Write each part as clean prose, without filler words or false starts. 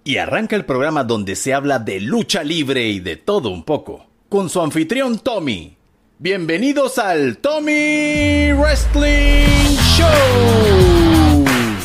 Y arranca el programa donde se habla de lucha libre y de todo un poco, con su anfitrión Tommy. Bienvenidos al Tommy Wrestling Show.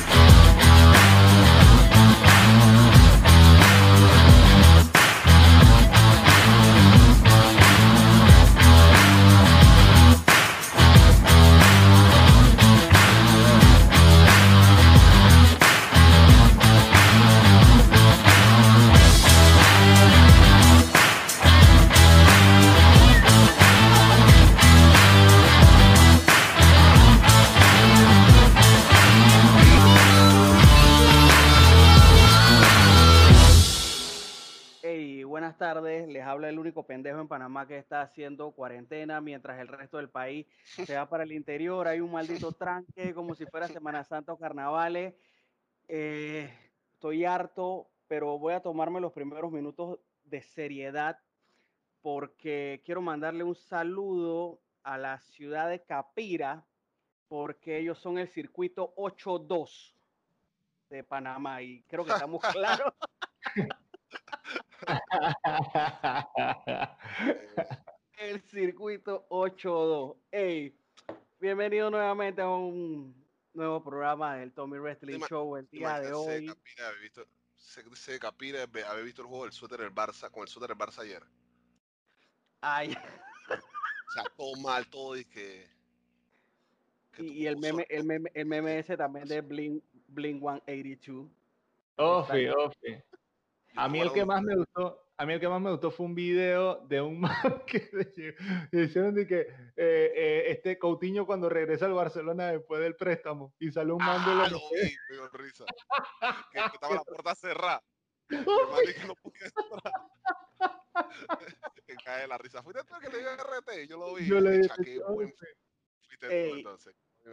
Buenas tardes, les habla el único pendejo en Panamá que está haciendo cuarentena mientras el resto del país se va para el interior. Hay un maldito tranque como si fuera Semana Santa o carnavales. Estoy harto, pero voy a tomarme los primeros minutos de seriedad porque quiero mandarle un saludo a la ciudad de Capira porque ellos son el circuito 8-2 de Panamá y creo que estamos claros. El circuito 8-2. Hey, bienvenido nuevamente a un nuevo programa del Tommy Wrestling Show el día de hoy. Sé de Capira, haber visto el juego del suéter del Barça, con el suéter del Barça ayer. Ay. O sea, todo mal, todo y que y el meme ese también de Blink 182. Ofi. A mí el que más me gustó fue un video de un man que hicieron de que este Coutinho cuando regresa al Barcelona después del préstamo y sale un man de lo vi, me dio risa. que estaba la puerta cerrada. El man que no podía entrar. Que cae la risa. Fuiste tú el que le dio RT, yo lo vi. Yo le dije, fuiste tú entonces.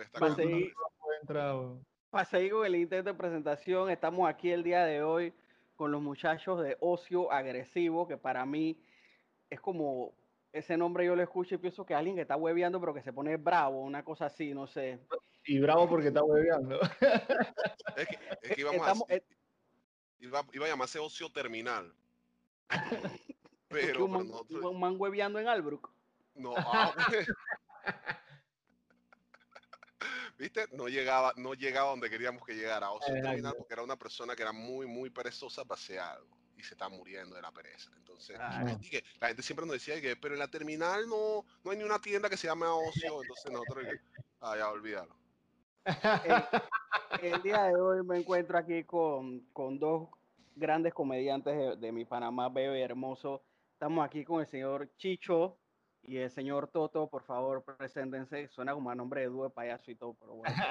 Para seguir con el intento de presentación, estamos aquí el día de hoy con los muchachos de Ocio Agresivo, que para mí es como ese nombre yo lo escucho y pienso que alguien que está hueveando pero que se pone bravo, una cosa así, no sé. Y bravo porque está hueveando. es que íbamos iba a llamarse Ocio Terminal. Pero un man hueveando en Albrook. No, ¿viste? No llegaba donde queríamos que llegara. Ocio Terminal porque era una persona que era muy, muy perezosa para hacer algo y se está muriendo de la pereza. Entonces, la gente siempre nos decía que, pero en la terminal no hay ni una tienda que se llame Ocio. Entonces nosotros, ya olvídalo. El día de hoy me encuentro aquí con dos grandes comediantes de mi Panamá bello y hermoso. Estamos aquí con el señor Chicho y el señor Toto. Por favor, preséntense. Suena como a nombre de dúo de payaso y todo, pero bueno.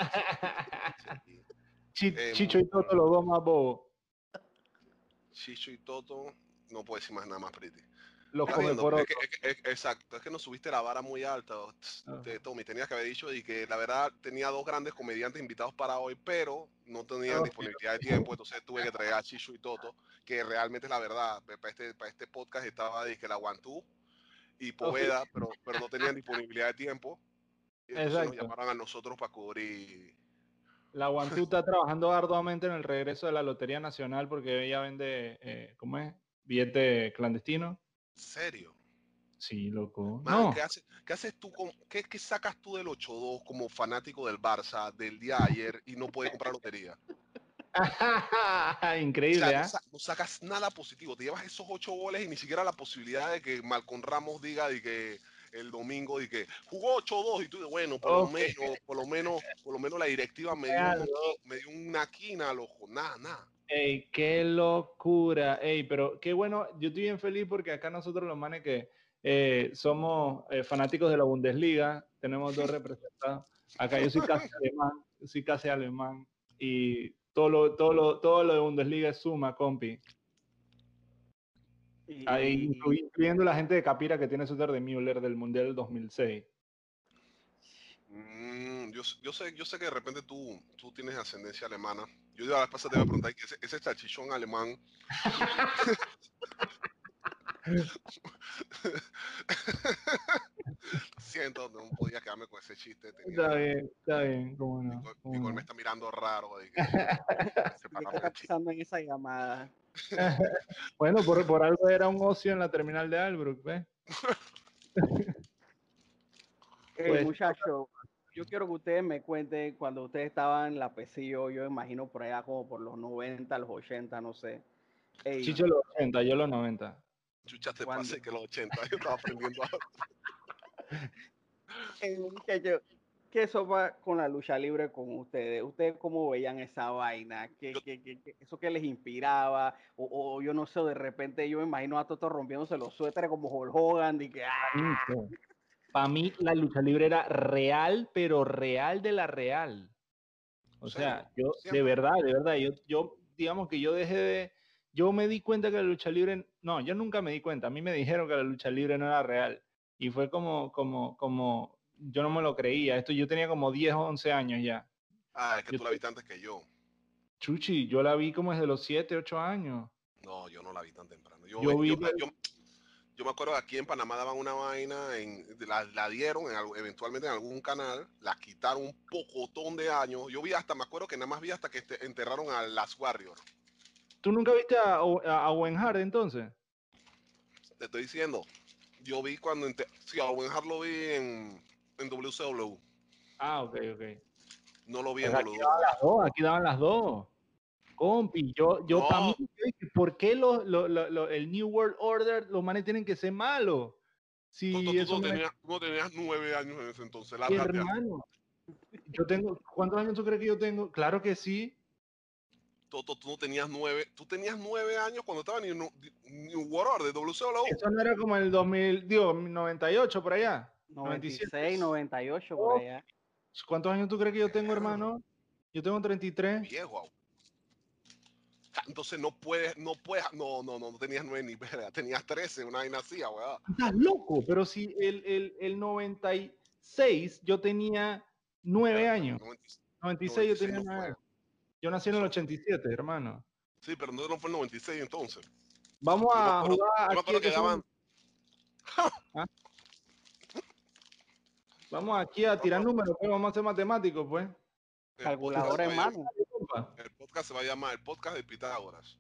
Chicho y Toto, los dos más bobos. Chicho y Toto, no puedo decir más nada más pretty. Los come por otro. Exacto, es que nos subiste la vara muy alta, Tommy. Tenías que haber dicho y que la verdad tenía dos grandes comediantes invitados para hoy, pero no tenían disponibilidad de tiempo, entonces tuve que traer a Chicho y Toto, que realmente es la verdad. Para este podcast estaba de que la Guantú y Poveda, pero no tenían disponibilidad de tiempo. Y entonces nos llamaron a nosotros para cubrir. La Guantú está trabajando arduamente en el regreso de la Lotería Nacional porque ella vende, ¿cómo es? Billete clandestino. ¿Serio? Sí, loco. Man, no. ¿Qué haces tú? ¿Qué sacas tú del 8-2 como fanático del Barça del día de ayer y no puedes comprar lotería? Increíble, o sea, no sacas nada positivo. Te llevas esos 8 goles y ni siquiera la posibilidad de que Malcolm Ramos diga de que el domingo de que jugó 8-2 y tú dices, bueno, por lo menos la directiva me dio una quina al ojo. Nada. Ey, qué locura. Ey, pero qué bueno. Yo estoy bien feliz porque acá nosotros los manes que somos fanáticos de la Bundesliga, tenemos dos representados. Acá yo soy casi alemán y todo lo de Bundesliga es suma, compi. Incluyendo la gente de Capira que tiene suéter de Müller del Mundial del 2006. Yo sé que de repente tú tienes ascendencia alemana. Yo a la vez pasada te voy a preguntar que ese salchichón alemán. Siento, no podía quedarme con ese chiste. Está bien, cómo no. Nicole me está mirando raro. ¿Qué está pasando en esa llamada? Bueno, por algo era un ocio en la terminal de Albrook, ¿ves? Pues, Muchachos, yo quiero que ustedes me cuenten cuando ustedes estaban en la PCO, yo imagino por allá como por los 90, los 80, no sé. Ey, Chicho los 80, yo los 90. Chucha, te ¿cuándo? pasé que los 80 yo estaba aprendiendo algo. Muchachos, ¿qué sopa con la lucha libre con ustedes? ¿Ustedes cómo veían esa vaina? ¿Eso qué les inspiraba? O yo no sé, de repente yo me imagino a Toto rompiéndose los suéteres como Hulk Hogan y que Para mí la lucha libre era real, pero real de la real. O sea, yo de verdad, yo digamos que yo me di cuenta que la lucha libre, no, yo nunca me di cuenta, a mí me dijeron que la lucha libre no era real y fue como, yo no me lo creía, yo tenía como 10 o 11 años ya. Es que tú la viste antes que yo. Chuchi, yo la vi como desde los 7, 8 años. No, yo no la vi tan temprano. Yo Yo me acuerdo que aquí en Panamá daban una vaina, la dieron eventualmente en algún canal, la quitaron un pocotón de años. Me acuerdo que nada más vi hasta que enterraron a Las Warrior. ¿Tú nunca viste a Owen Hart entonces? Te estoy diciendo, yo vi cuando, sí, a Owen Hart lo vi en WCW. Ah, ok. No lo vi Pues en WWE. aquí daban las dos. Compi, yo No. para mí, ¿por qué el New World Order, los manes tienen que ser malos? Si Tú no tenías 9 años en ese entonces. Hermano, ¿cuántos años tú crees que yo tengo? Claro que sí. Tú no tenías 9. Tú tenías 9 años cuando estaba en New World Order de WCW. Eso no era como el 2000, digo, 98 por allá. 96, 98 por allá. ¿Cuántos años tú crees que yo tengo, hermano? Yo tengo 33. Viejo. Entonces no tenías 9 ni verga, tenías 13, una vaina así, weón. Estás loco, pero si el 96 yo tenía 9 años. 96 yo tenía 9 años. Yo nací en el 87, hermano. Sí, pero no fue el 96 entonces. Vamos a jugar. Yo me acuerdo que daban. ¿Ah? Vamos aquí a tirar números, pues vamos a ser matemáticos, pues. Calculadora en mano. El podcast se va a llamar el podcast de Pitágoras.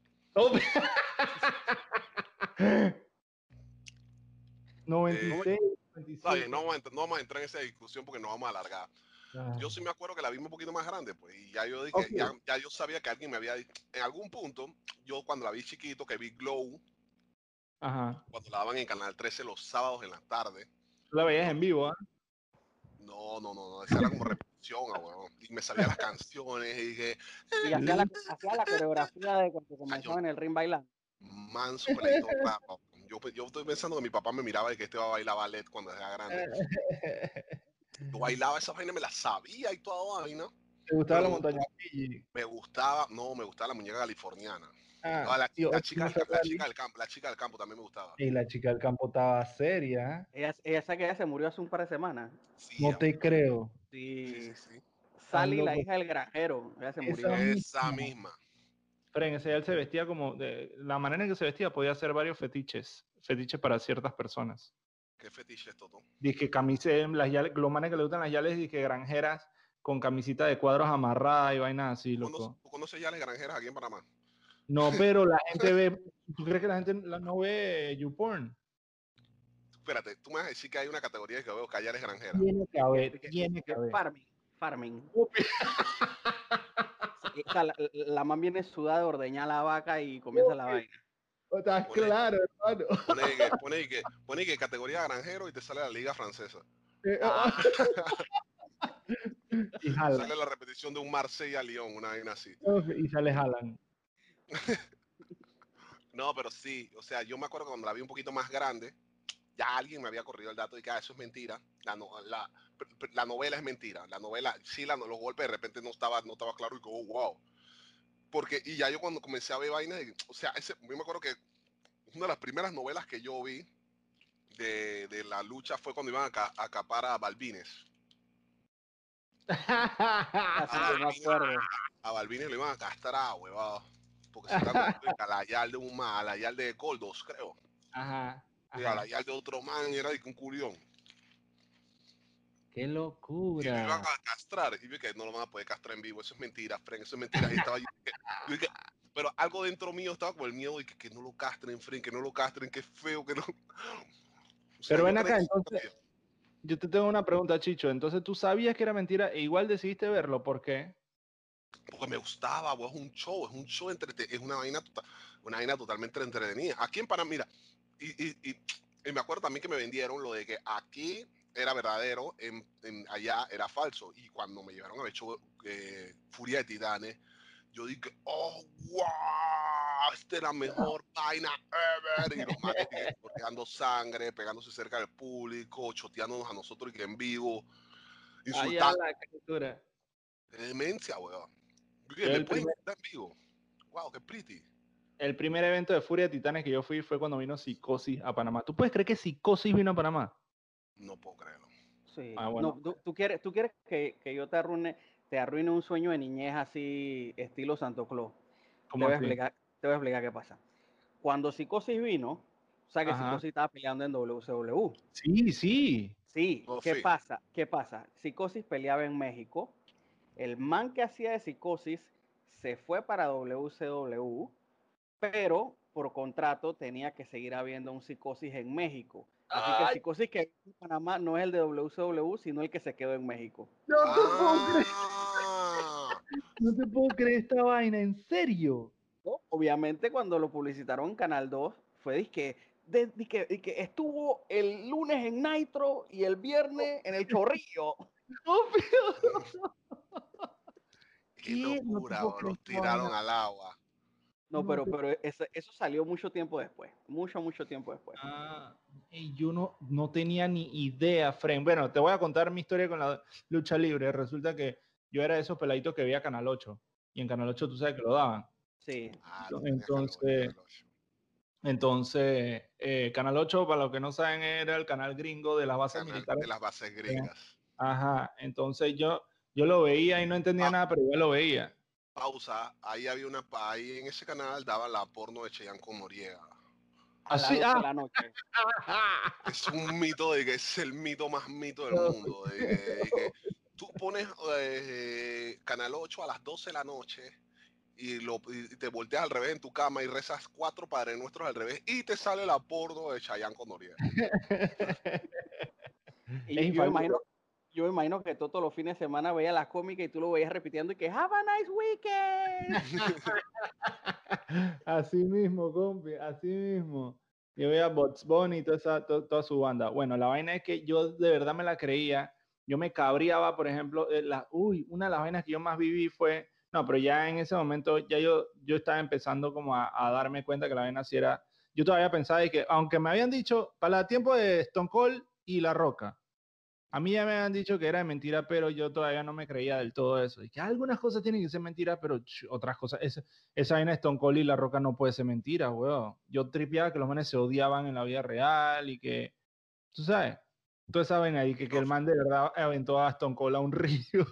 96, 96. No vamos a entrar en esa discusión porque nos vamos a alargar. Yo sí me acuerdo que la vi un poquito más grande, pues, y ya yo dije, ya yo sabía que alguien me había dicho, en algún punto, yo cuando la vi chiquito, que vi Glow, cuando la daban en Canal 13 los sábados en la tarde. ¿Tú la veías en vivo, ah? No, esa era como repetición, weón. Y me sabían las canciones y dije... Y hacía la coreografía de cuando comenzaba en el ring bailando. Manso pelito rap. Yo estoy pensando que mi papá me miraba y que este va a bailar ballet cuando era grande. Yo bailaba esa vaina, me la sabía y toda vaina. ¿Te gustaba la montaña Fiji? Me gustaba la muñeca californiana. La chica del campo también me gustaba. Y la chica del campo estaba seria. Ella se murió hace un par de semanas. Sí, no te creo. Sí. Sally, la hija del granjero. Ella se murió. Esa misma. Pero ese él se vestía como la manera en que se vestía podía hacer varios fetiches para ciertas personas. ¿Qué fetiche es Toto? Dije camisas, los manes que le gustan las yales, dije granjeras con camisita de cuadros amarrada y vainas así, loco. ¿Tú conoces yales granjeras aquí en Panamá? No, pero la gente ve, ¿tú crees que la gente no ve YouPorn? Espérate, tú me vas a decir que hay una categoría que veo que hay yales granjeras. Tiene que haber. Farming. La man viene sudada de ordeñar la vaca y comienza la vaina. Estás claro, hermano. Pone que categoría granjero y te sale la liga francesa. Y sale la repetición de un Marsella a Lyon, una vaina así. Y sale Haaland. No, pero sí, o sea, yo me acuerdo que cuando la vi un poquito más grande, ya alguien me había corrido el dato de que eso es mentira. La novela es mentira. La novela, sí, los golpes de repente no estaba claro y que, oh, wow. Y ya yo cuando comencé a ver vainas, o sea, yo me acuerdo que una de las primeras novelas que yo vi de la lucha fue cuando iban a acapar a Balbines. A Balbines lo iban a castrar, huevado. Porque se está con a la yal de Goldos, creo. Ajá. Y a la yal de otro man, era de un curión. ¡Qué locura! Y lo iban a castrar. Y vi que no lo van a poder castrar en vivo. Eso es mentira, Fren. Eso es mentira. Y estaba yo dije, pero algo dentro mío estaba con el miedo de que no lo castren, friend, que no lo castren, que feo, que no. O sea, Pero yo ven acá, creí. entonces, yo te tengo una pregunta, Chicho. Entonces, ¿tú sabías que era mentira e igual decidiste verlo? ¿Por qué? Porque me gustaba, es un show, es una vaina totalmente entretenida. Aquí en Panamá, mira, y me acuerdo también que me vendieron lo de que aquí era verdadero, allá era falso. Y cuando me llevaron a ver show, Furia de Titanes, yo dije, oh, wow, esta es la mejor vaina ever. Y los manes cortando sangre, pegándose cerca del público, choteándonos a nosotros y que en vivo, Allá insultando. la caricatura. Demencia, weón. Yo Me pueden insultar en vivo. Wow, qué pretty. el primer evento de Furia de Titanes que yo fui fue cuando vino Psicosis a Panamá. ¿Tú puedes creer que Psicosis vino a Panamá? No puedo creerlo. Sí. Ah, bueno. No, tú quieres que yo te arruine un sueño de niñez así, estilo Santo Claus. ¿Cómo así? Te voy a explicar qué pasa. Cuando Psicosis vino, o sea que Ajá. Psicosis estaba peleando en WCW. Sí, sí. Sí, Oh, ¿qué sí. pasa? ¿Qué pasa? Psicosis peleaba en México. El man que hacía de Psicosis se fue para WCW, pero por contrato tenía que seguir habiendo un Psicosis en México. Así que el Ay, Psicosis que vino en Panamá no es el de WCW, sino el que se quedó en México. no te puedo creer. Ah, No te puedo creer esta vaina, ¿en serio? ¿No? Obviamente cuando lo publicitaron en Canal 2 fue que estuvo el lunes en Nitro y el viernes en el Chorrillo. No, pero... qué ¿Qué? No te locura, puedo bro. creer Los esta vaina. tiraron al agua. No, No te... pero eso salió mucho tiempo después. Mucho tiempo después. Ah, yo no tenía ni idea, Fren. Bueno, te voy a contar mi historia con la lucha libre. Resulta que yo era de esos peladitos que veía Canal 8. Y en Canal 8 tú sabes que lo daban. Sí. Ah, tú tenías calor, Entonces, calor. Canal 8, para los que no saben, era el canal gringo de las bases Canal militares. de las bases gringas. Ajá, entonces yo lo veía y no entendía nada, pero yo lo veía. Pausa. Ahí en ese canal daban la porno de Cheyenne con Noriega. A las Así, 12 de la noche. Es un mito de que es el mito más mito del mundo. De que tú pones Canal 8 a las 12 de la noche y te volteas al revés en tu cama y rezas 4 Padres Nuestros al revés y te sale la porno de Chayanne con Noriega. Y Es infalible. yo me imagino que todos los fines de semana veía la cómica y tú lo veías repitiendo y que have a nice weekend. Así mismo, compi, así mismo. Yo veía Bugs Bunny y toda su banda. Bueno, la vaina es que yo de verdad me la creía. Yo me cabreaba, por ejemplo, una de las vainas que yo más viví fue, no, pero ya en ese momento ya yo estaba empezando como a darme cuenta que la vaina sí era, yo todavía pensaba de que, aunque me habían dicho, para el tiempo de Stone Cold y La Roca, a mí ya me han dicho que era de mentira, pero yo todavía no me creía del todo eso. Y que algunas cosas tienen que ser mentira, pero otras cosas, esa vaina de Stone Cold y La Roca no puede ser mentira, weón. Yo tripeaba que los manes se odiaban en la vida real y que, tú sabes, toda esa vaina ahí, que el man de verdad aventó a Stone Cold a un río.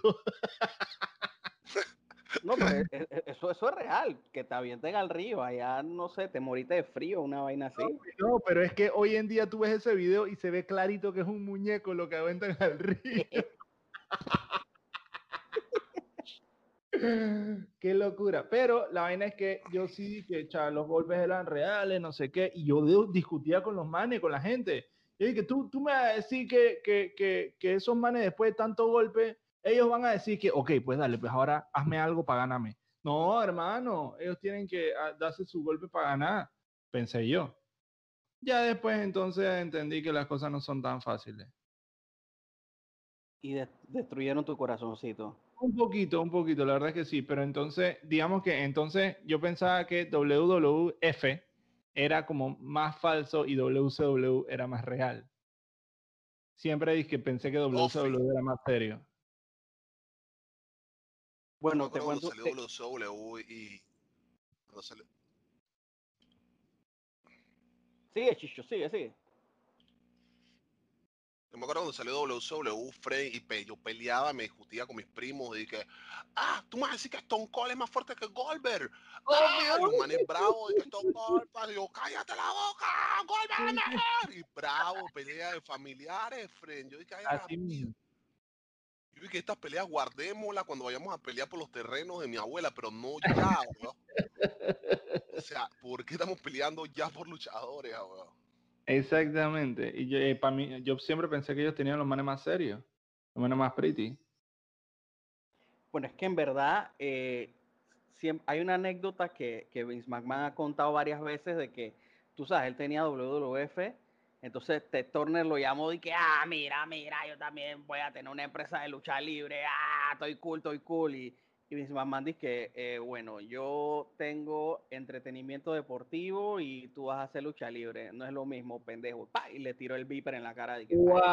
No, pero eso es real, que te avienten al río, allá no sé, te moriste de frío, una vaina así. No, pero es que hoy en día tú ves ese video y se ve clarito que es un muñeco lo que aventan al río. Qué locura. Pero la vaina es que yo sí que los golpes eran reales, no sé qué, y yo discutía con los manes, con la gente. Yo dije, tú me vas a decir que esos manes después de tanto golpe, ellos van a decir que, ok, pues dale, pues ahora hazme algo para ganarme. No, hermano, ellos tienen que darse su golpe para ganar, pensé yo. Ya después entonces entendí que las cosas no son tan fáciles. Y destruyeron tu corazoncito. Un poquito, la verdad es que sí, pero entonces, digamos que entonces yo pensaba que WWF era como más falso y WCW era más real. Siempre dije que pensé que WCW era más serio. Yo me Bueno, te acuerdo cuando cuento. salió WCW y cuando salió, Sigue, Chicho, sigue. yo me acuerdo cuando salió WCW, Frey, yo peleaba, me discutía con mis primos y que, tú me vas a decir que Stone Cold es más fuerte que Goldberg. Y los manes bravos, y que Stone Cold, y yo, cállate la boca, Goldberg es mejor. Y bravo, pelea de familiares, Frey. Yo dije, ay, a la Así mierda. mismo. Yo vi que estas peleas guardémoslas cuando vayamos a pelear por los terrenos de mi abuela, pero no ya, weón. O sea, ¿por qué estamos peleando ya por luchadores, weón? Exactamente. Y yo, para mí, yo siempre pensé que ellos tenían los manes más serios, los manes más pretty. Bueno, es que en verdad hay una anécdota que Vince McMahon ha contado varias veces de que, tú sabes, él tenía WWF, entonces Ted Turner lo llamó y que, mira, yo también voy a tener una empresa de lucha libre, estoy cool. Y Vince McMahon dice que, bueno, yo tengo entretenimiento deportivo y tú vas a hacer lucha libre, no es lo mismo, pendejo. ¡Pah! Y le tiró el viper en la cara de que, ¡Wow!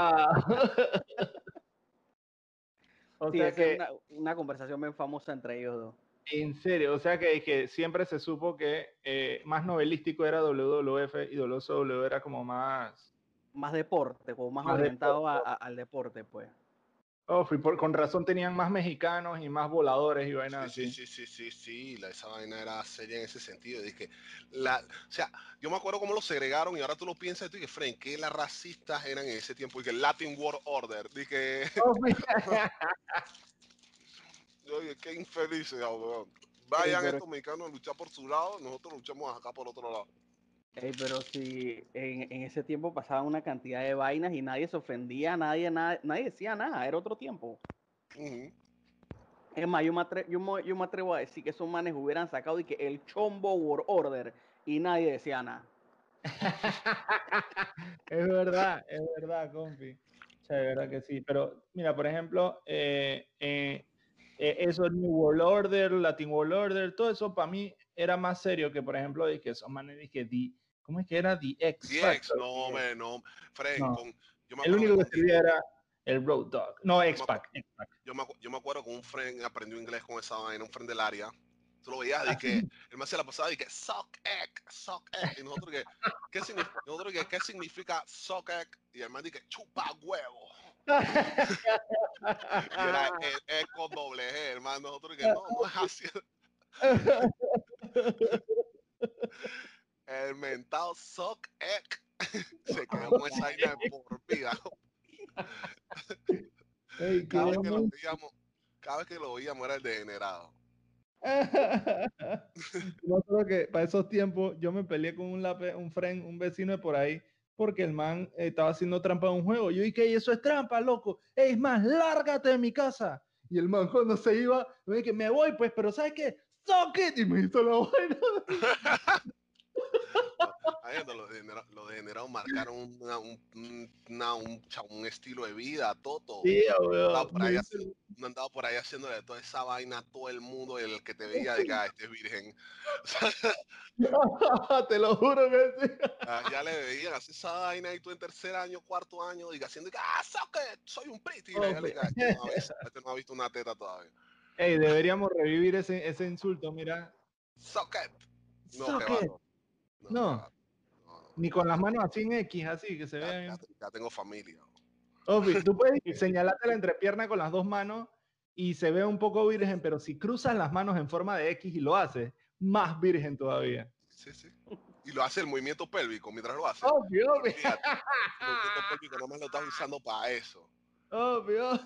O sí, sea esa es que, una conversación bien famosa entre ellos dos. en serio, o sea que siempre se supo que más novelístico era WWF y WCW era como más Deporte, como más deporte. orientado al deporte, pues. Oh, con razón tenían más mexicanos y más voladores y vainas así. Sí, esa vaina era seria en ese sentido. Dije, o sea, yo me acuerdo cómo lo segregaron y ahora tú lo piensas y tú dices, Frank, que las racistas eran en ese tiempo. Y que Latin World Order. Dije, oye, qué infelices, weón. Vayan Pero, estos mexicanos a luchar por su lado, nosotros luchamos acá por otro lado. pero si en ese tiempo pasaban una cantidad de vainas y nadie se ofendía, nadie decía nada, era otro tiempo. Es más, yo me atrevo a decir que esos manes hubieran sacado y que el Chombo World Order y nadie decía nada. Es verdad, compi. O sea, de verdad que sí. Pero mira, por ejemplo, eso, New World Order, Latin World Order, todo eso para mí era más serio que, por ejemplo, de que esos manes dije, ¿cómo es que era? The X DX, Factor. no, me, no. Frank, No, yo me el acuerdo que único que con servía era el Road Dogg. No, yo me, acu- X-Pac. yo me acuerdo que un friend aprendió inglés con esa vaina, un friend del área. Tú lo veías y Así. que él me hacía la pasada y que suck egg. Y nosotros que, ¿qué significa suck egg? Y el man dice chupa huevo. Y era el con doble G, hermano. Nosotros que no es así. El mentado suck egg. Se quedó con esa vaina de por vida. Ey, Cada vez que lo veíamos, era el degenerado. Yo me acuerdo que para esos tiempos yo me peleé con un vecino de por ahí, porque el man estaba haciendo trampa en un juego. Yo dije, eso es trampa, loco. Es más, lárgate de mi casa. Y el man cuando se iba, me dije, me voy pues, pero ¿sabes qué? Suck it. Y me hizo la buena. Los degenerados marcaron un estilo de vida, Toto. Sí, No andaba por ahí haciéndole toda esa vaina a todo el mundo, el que te veía de que este es virgen. te lo juro que sí. Ya le veían hacer esa vaina y tú en tercer año, cuarto año, haciendo que, soy un pretty. Y le diga, este no ha visto una teta todavía. Ey, deberíamos revivir ese insulto, mira. Socket. No, Suck qué va. it. No. Ni con las manos así en X, así que se vean. Ya tengo familia. Obi, tú puedes señalarte la entrepierna con las dos manos y se ve un poco virgen, pero si cruzas las manos en forma de X y lo haces, más virgen todavía. Sí. Y lo hace el movimiento pélvico mientras lo hace. Obvio. Fíjate, el movimiento pélvico nada más lo estás usando para eso. Obvio.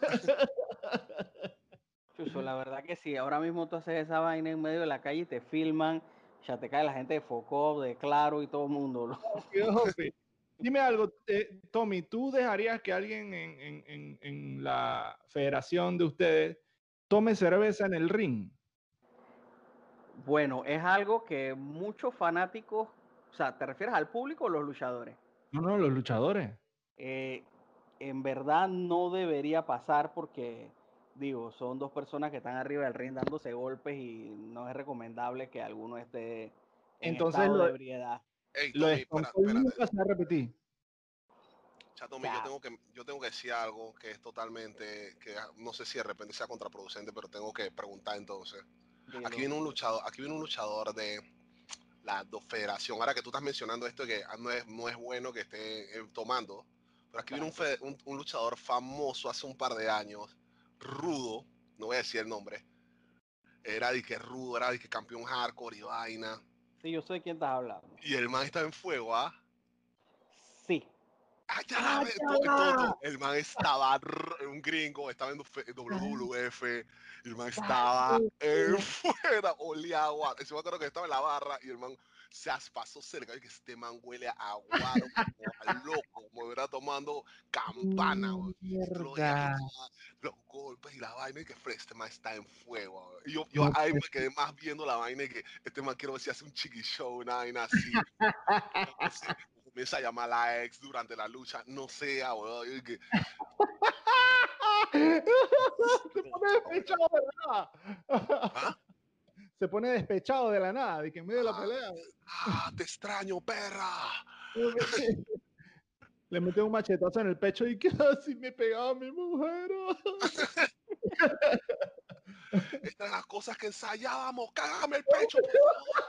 Chuso, la verdad que sí, ahora mismo tú haces esa vaina en medio de la calle y te filman, ya te cae la gente de Focop, de Claro y todo el mundo. Obvio. Dime algo, Tommy, ¿tú dejarías que alguien en la federación de ustedes tome cerveza en el ring? Bueno, es algo que muchos fanáticos, o sea, ¿te refieres al público o los luchadores? No, los luchadores. En verdad no debería pasar porque, digo, son dos personas que están arriba del ring dándose golpes y no es recomendable que alguno esté en Entonces estado de ebriedad. Hey, lo de Tommy, Stone Cold espérate. nunca se va a repetir. Tommy, yo tengo que decir algo que es totalmente, que no sé si de repente sea contraproducente, pero tengo que preguntar entonces. Dilo. Aquí viene un luchador de la federación. Ahora que tú estás mencionando esto, que no es bueno que esté tomando, pero aquí viene un luchador famoso hace un par de años, rudo, no voy a decir el nombre, era de que rudo, era de que campeón hardcore y vaina. Sí, yo sé de quién estás hablando. Y el man está en fuego, ¿ah? Sí. Todo. El man estaba, un gringo, estaba en WWF, el man estaba fuera, olía agua. Yo me acuerdo que estaba en la barra y el man se pasó cerca y que este man huele a aguaro como a loco, como era tomando campana, güey. Mierda. Los golpes y la vaina y que este man está en fuego, güey. Y yo ahí me quedé más viendo la vaina y que este man quiero ver si hace un chiqui show, una vaina así. Comienza a llamar a la ex durante la lucha, no sea, weón. Que... Se pone despechado de la nada. ¿Ah? Se pone despechado de la nada, de que en medio de la pelea. Te extraño, perra. Le metió un machetazo en el pecho y casi me pegaba a mi mujer. Estas eran las cosas que ensayábamos. Cágame el pecho, por favor.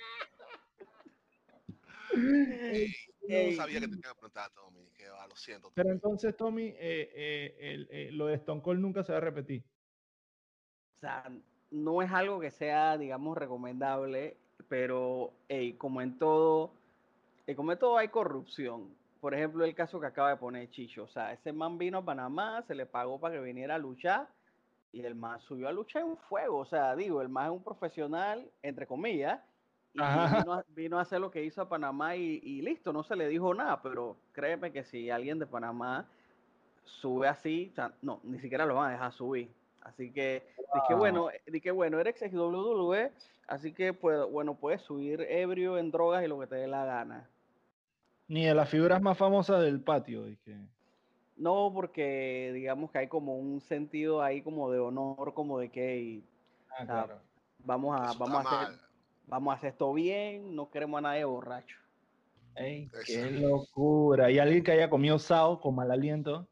No sabía que tenía que preguntar a Tommy. Que va, lo siento, Tommy. Pero entonces, Tommy, lo de Stone Cold nunca se va a repetir. O sea, no es algo que sea, digamos, recomendable, pero como en todo hay corrupción. Por ejemplo, el caso que acaba de poner Chicho. O sea, ese man vino a Panamá, se le pagó para que viniera a luchar y el man subió a luchar en fuego. O sea, digo, el man es un profesional, entre comillas, y vino a hacer lo que hizo a Panamá y listo, no se le dijo nada. Pero créeme que si alguien de Panamá sube así, o sea, no, ni siquiera lo van a dejar subir. Así que, dije, bueno, eres ex WWE, así que, pues, bueno, puedes subir ebrio en drogas y lo que te dé la gana. Ni de las figuras más famosas del patio. Dije. No, porque digamos que hay como un sentido ahí como de honor, como de que o sea, Claro. vamos a hacer esto bien, no queremos a nadie borracho. Ey, qué locura. ¿Y alguien que haya comido sao con mal aliento?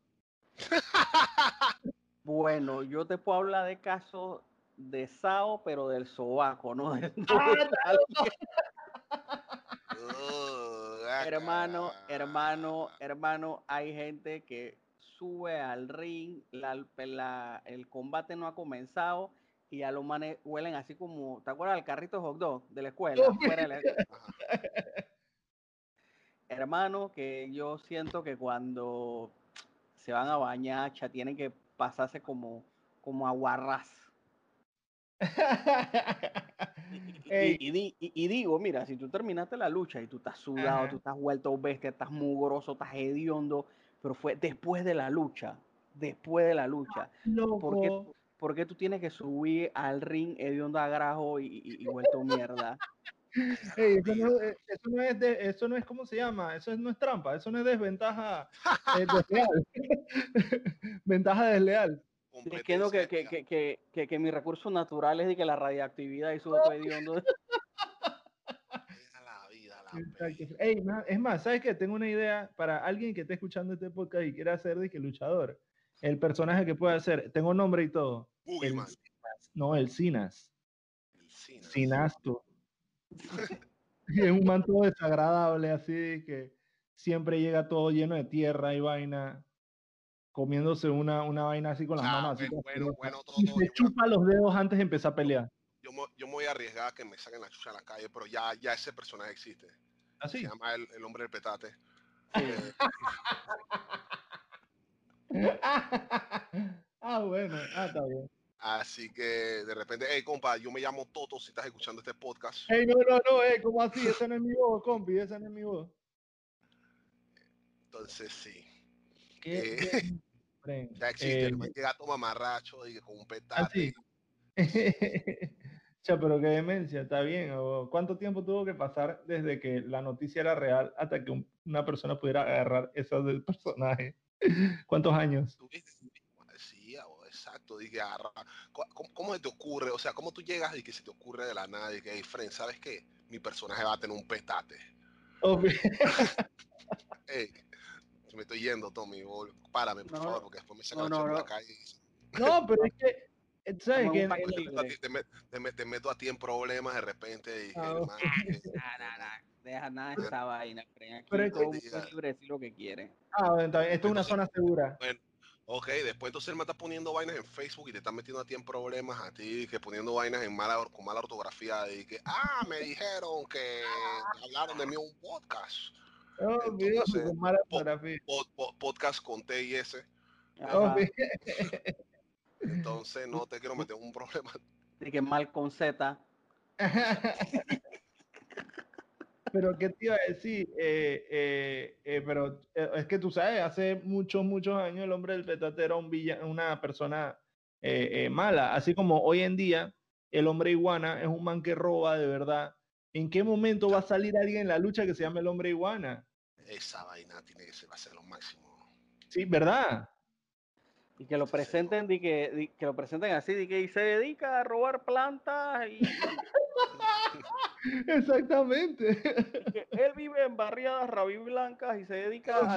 Bueno, yo te puedo hablar de casos de sao, pero del sobaco, ¿no? Hermano, hay gente que sube al ring, el combate no ha comenzado y ya los manes huelen así como, ¿te acuerdas del carrito de hot dog de la escuela? Hermano, que yo siento que cuando se van a bañar, ya tienen que pasarse como aguarrás. Y digo, mira, si tú terminaste la lucha y tú estás sudado, tú estás vuelto bestia, estás mugroso, estás hediondo, pero fue después de la lucha. ¿Por qué tú tienes que subir al ring hediondo a grajo y vuelto mierda? Ey, eso no es, ¿cómo se llama? Eso no es trampa, eso no es desventaja desleal. Ventaja desleal. Es que mis recursos naturales y que la radiactividad y su otro hediondo. Ey, es más, ¿sabes qué? Tengo una idea para alguien que esté escuchando este podcast y quiera ser de que luchador. El personaje que puede hacer, tengo nombre y todo. El Sinas. Sinasto. Es un man todo desagradable, así que siempre llega todo lleno de tierra y vaina, comiéndose una vaina así con las manos. Así y se chupa los dedos antes de empezar a pelear. Yo me voy a arriesgar a que me saquen la chucha en la calle, pero ya ese personaje existe. ¿Así? Se llama el hombre del petate. Bueno, está bien. Así que de repente, hey compa, yo me llamo Toto si estás escuchando este podcast. Hey, no, ¿cómo así? Esa no es mi voz, compi, esa no es mi voz. Entonces sí. Ya existe, el man llega todo mamarracho y con un petate. Cha, pero qué demencia, está bien. ¿Cuánto tiempo tuvo que pasar desde que la noticia era real hasta que una persona pudiera agarrar eso del personaje? ¿Cuántos años? Sí, exacto. Dije, ¿cómo se te ocurre? O sea, ¿cómo tú llegas y que se te ocurre de la nada y que, hey, friend, ¿sabes qué? Mi personaje va a tener un petate. Hey, me estoy yendo, Tommy. Párame, por favor, porque después me sacan la chica por la calle. No, pero es que, ¿sabes qué? Te meto a ti en problemas de repente. Y deja nada de esa vaina. Aquí todo es libre de decir lo que quiere. Esto es una zona segura. Bueno, ok, después entonces él me está poniendo vainas en Facebook y te está metiendo a ti en problemas, a ti que poniendo vainas con mala ortografía y que, me dijeron que hablaron de mí en un podcast. Oh, video Entonces, con mala po- fotografía. podcast con T y S. Oh, Ajá. Entonces no te quiero meter en un problema. Y que mal con Z. Pero, ¿qué te iba a decir? Pero es que tú sabes, hace muchos, muchos años el hombre del petate era una persona mala. Así como hoy en día el hombre iguana es un man que roba de verdad. ¿En qué momento va a salir alguien en la lucha que se llame el hombre iguana? Esa vaina tiene que ser, va a ser lo máximo. Sí, ¿verdad? Y que lo presenten, que lo presenten así, y se dedica a robar plantas Exactamente. y que él vive en barriadas rabiblancas y se dedica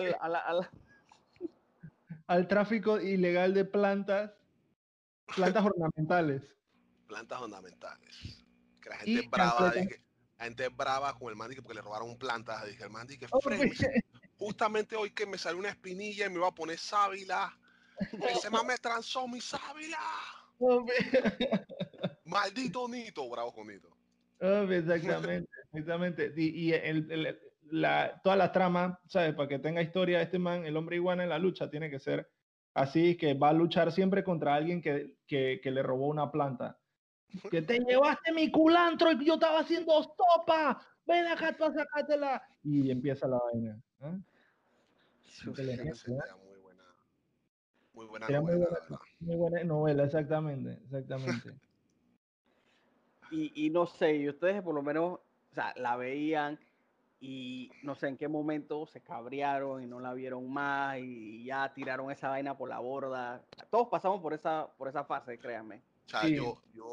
Al tráfico ilegal de plantas ornamentales. Plantas ornamentales. Que la gente Y es brava, chancletas. la gente es brava con el man porque le robaron plantas. Dije, el man dije, Hombre. justamente hoy que me salió una espinilla y me iba a poner sábila. Ese man me transó mi sábila. Hombre. Maldito Nito, bravo con Nito. Exactamente, exactamente. Y toda la trama, ¿sabes? Para que tenga historia, este man, el hombre iguana en la lucha, tiene que ser así, que va a luchar siempre contra alguien que le robó una planta. Que te llevaste mi culantro y yo estaba haciendo sopa. Ven acá tú a sacártela. Y empieza la vaina. ¿Eh? Inteligente, Sería muy buena Era novela, la verdad. muy buena novela, exactamente, exactamente. y no sé, y ustedes por lo menos, o sea, la veían y no sé en qué momento se cabrearon y no la vieron más y ya tiraron esa vaina por la borda. Todos pasamos por esa fase, créanme. O sea, Sí.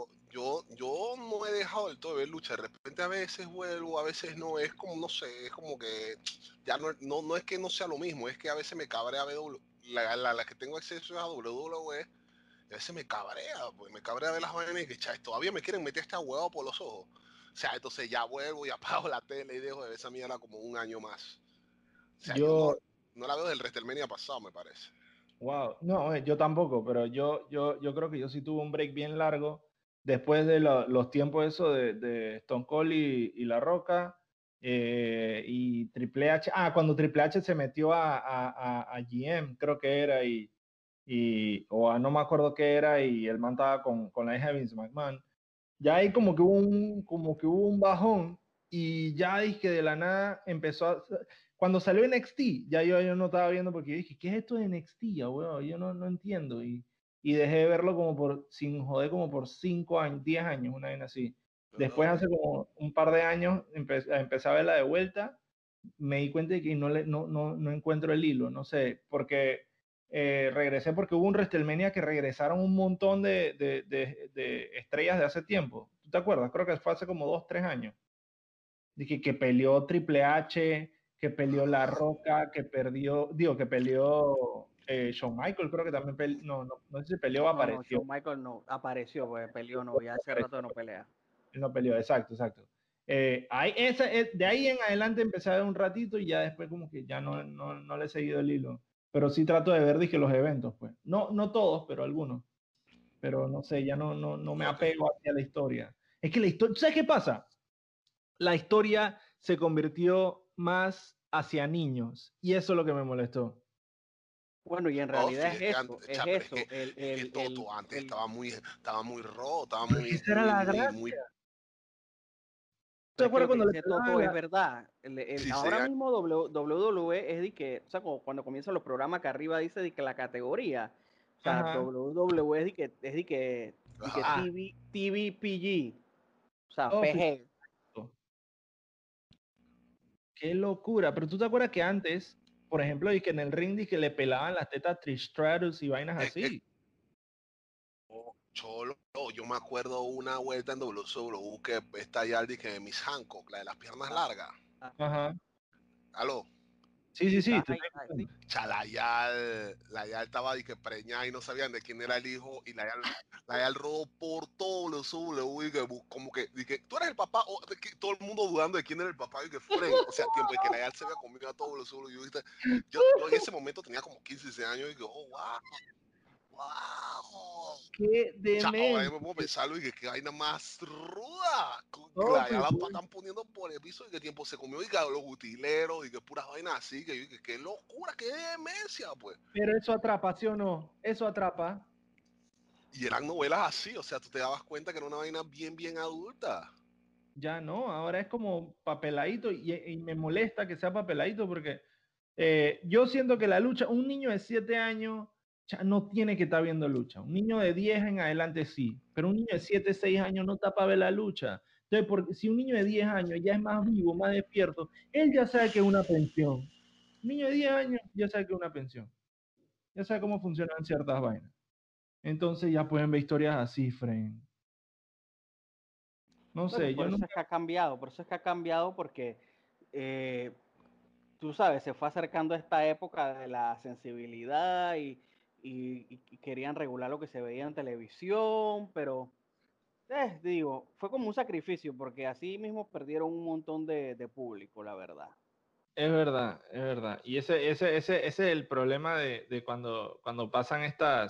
yo no he dejado del todo de ver lucha. De repente a veces vuelvo, a veces no. Es como, no sé, es como que ya no es que no sea lo mismo, es que a veces me cabrea ver la que tengo acceso a WWE. A veces me cabrea, pues me cabrea ver las vainas y que todavía me quieren meter esta huevo por los ojos. O sea, entonces ya vuelvo y apago la tele y dejo de ver esa mierda como un año más. O sea, yo Yo, no la veo del WrestleMania pasado, me parece. wow, no, yo tampoco, pero yo creo que yo sí tuve un break bien largo después de los tiempos eso de Stone Cold y La Roca y Triple H. Ah, cuando Triple H se metió a GM, creo que era, no me acuerdo qué era, y el man estaba con la hija de Vince McMahon. Ya ahí como que hubo un bajón y ya dije de la nada cuando salió NXT, ya yo no estaba viendo porque dije, ¿qué es esto de NXT? Ya, weón? Yo no entiendo y dejé de verlo sin joder, como por 5 años, 10 años, una vez así. Después hace como un par de años empecé a verla de vuelta, me di cuenta de que no encuentro el hilo, no sé, porque regresé porque hubo un WrestleMania que regresaron un montón de estrellas de hace tiempo. ¿Tú te acuerdas? Creo que fue hace como 2, 3 años. Dije que peleó Triple H, que peleó La Roca, que peleó Shawn Michael, creo que también no sé si peleó o No, apareció. Shawn Michael no apareció, pues peleó, no, ya hace rato no pelea. Él no peleó, exacto, exacto. De ahí en adelante empecé a ver un ratito y ya después como que ya no le he seguido el hilo. Pero sí trato de ver, dije, los eventos, pues. No todos, pero algunos. Pero no sé, ya no me Ok. apego hacia la historia. Es que la historia, ¿sabes qué pasa? La historia se convirtió más hacia niños y eso es lo que me molestó. Bueno, y en Oh, realidad es que, es pero eso, es que Toto antes el- estaba muy roto, estaba Porque esa era la gracia. ¿Te pero es que acuerdas lo que cuando le dice pegaban Toto es verdad. sí, Ahora mismo WWE es de que, o sea, como cuando comienzan los programas que arriba dice de que la categoría, o sea, Ajá. WWE es de que Ajá. TV PG, o sea, Oh, PG. qué locura. Pero tú te acuerdas que antes, por ejemplo, y que en el ring y que le pelaban las tetas a Trish Stratus y vainas así. Cholo, yo me acuerdo una vuelta en WCW que está Yardi que Miss Hancock, la de las piernas largas. Ajá. Aló. Sí. Ay, Te estoy ay, escuchando. sí. La Yal estaba de que preñada y no sabían de quién era el hijo y la Yal rodó por todo WCW y que como que dije, tú eres el papá, todo el mundo dudando de quién era el papá y que Fren, o sea, tiempo de que la Yal se había comido a todo WCW. Yo en ese momento tenía como 15 años y que, oh, wow. qué Chao, ahora demente. me pongo a pensarlo y que qué vaina más ruda. Oh, Ya la están poniendo por el piso y que tiempo se comió y que los utileros y que puras vainas así, que yo dije, qué locura, qué demencia, pues. pero eso atrapa, ¿sí o no? Eso atrapa. Y eran novelas así, o sea, tú te dabas cuenta que era una vaina bien, bien adulta. Ya no, ahora es como papeladito y me molesta que sea papeladito porque yo siento que la lucha, un niño de 7 años ya no tiene que estar viendo lucha. Un niño de 10 en adelante sí, pero un niño de 7, 6 años no está para ver la lucha. Entonces, porque si un niño de 10 años ya es más vivo, más despierto, él ya sabe que es una pensión. Un niño de 10 años ya sabe que es una pensión. Ya sabe cómo funcionan ciertas vainas. Entonces ya pueden ver historias así, friend. No Bueno, sé, por yo eso nunca... es que ha cambiado, por eso es que ha cambiado porque eh, tú sabes, se fue acercando esta época de la sensibilidad y querían regular lo que se veía en televisión, pero digo, fue como un sacrificio porque así mismo perdieron un montón de público, la verdad. Es verdad, es verdad. Y ese es el problema de cuando pasan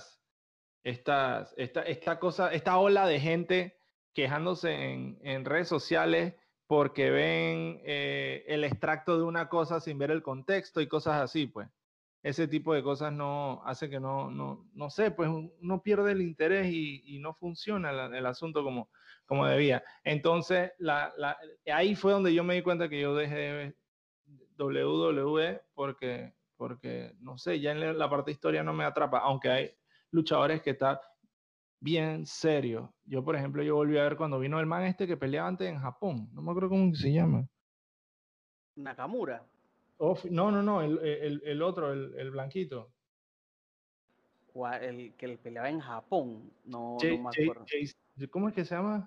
esta cosa, esta ola de gente quejándose en redes sociales porque ven el extracto de una cosa sin ver el contexto y cosas así, pues. Ese tipo de cosas no hace que no sé, pues uno pierde el interés y no funciona el asunto como debía. Entonces, ahí fue donde yo me di cuenta que yo dejé de ver WWE porque no sé, ya en la parte de historia no me atrapa, aunque hay luchadores que están bien serios. Yo, por ejemplo, yo volví a ver cuando vino el man este que peleaba antes en Japón, no me acuerdo cómo se llama. Nakamura. No, el otro, el blanquito. El que peleaba en Japón, no me acuerdo. ¿Cómo es que se llama?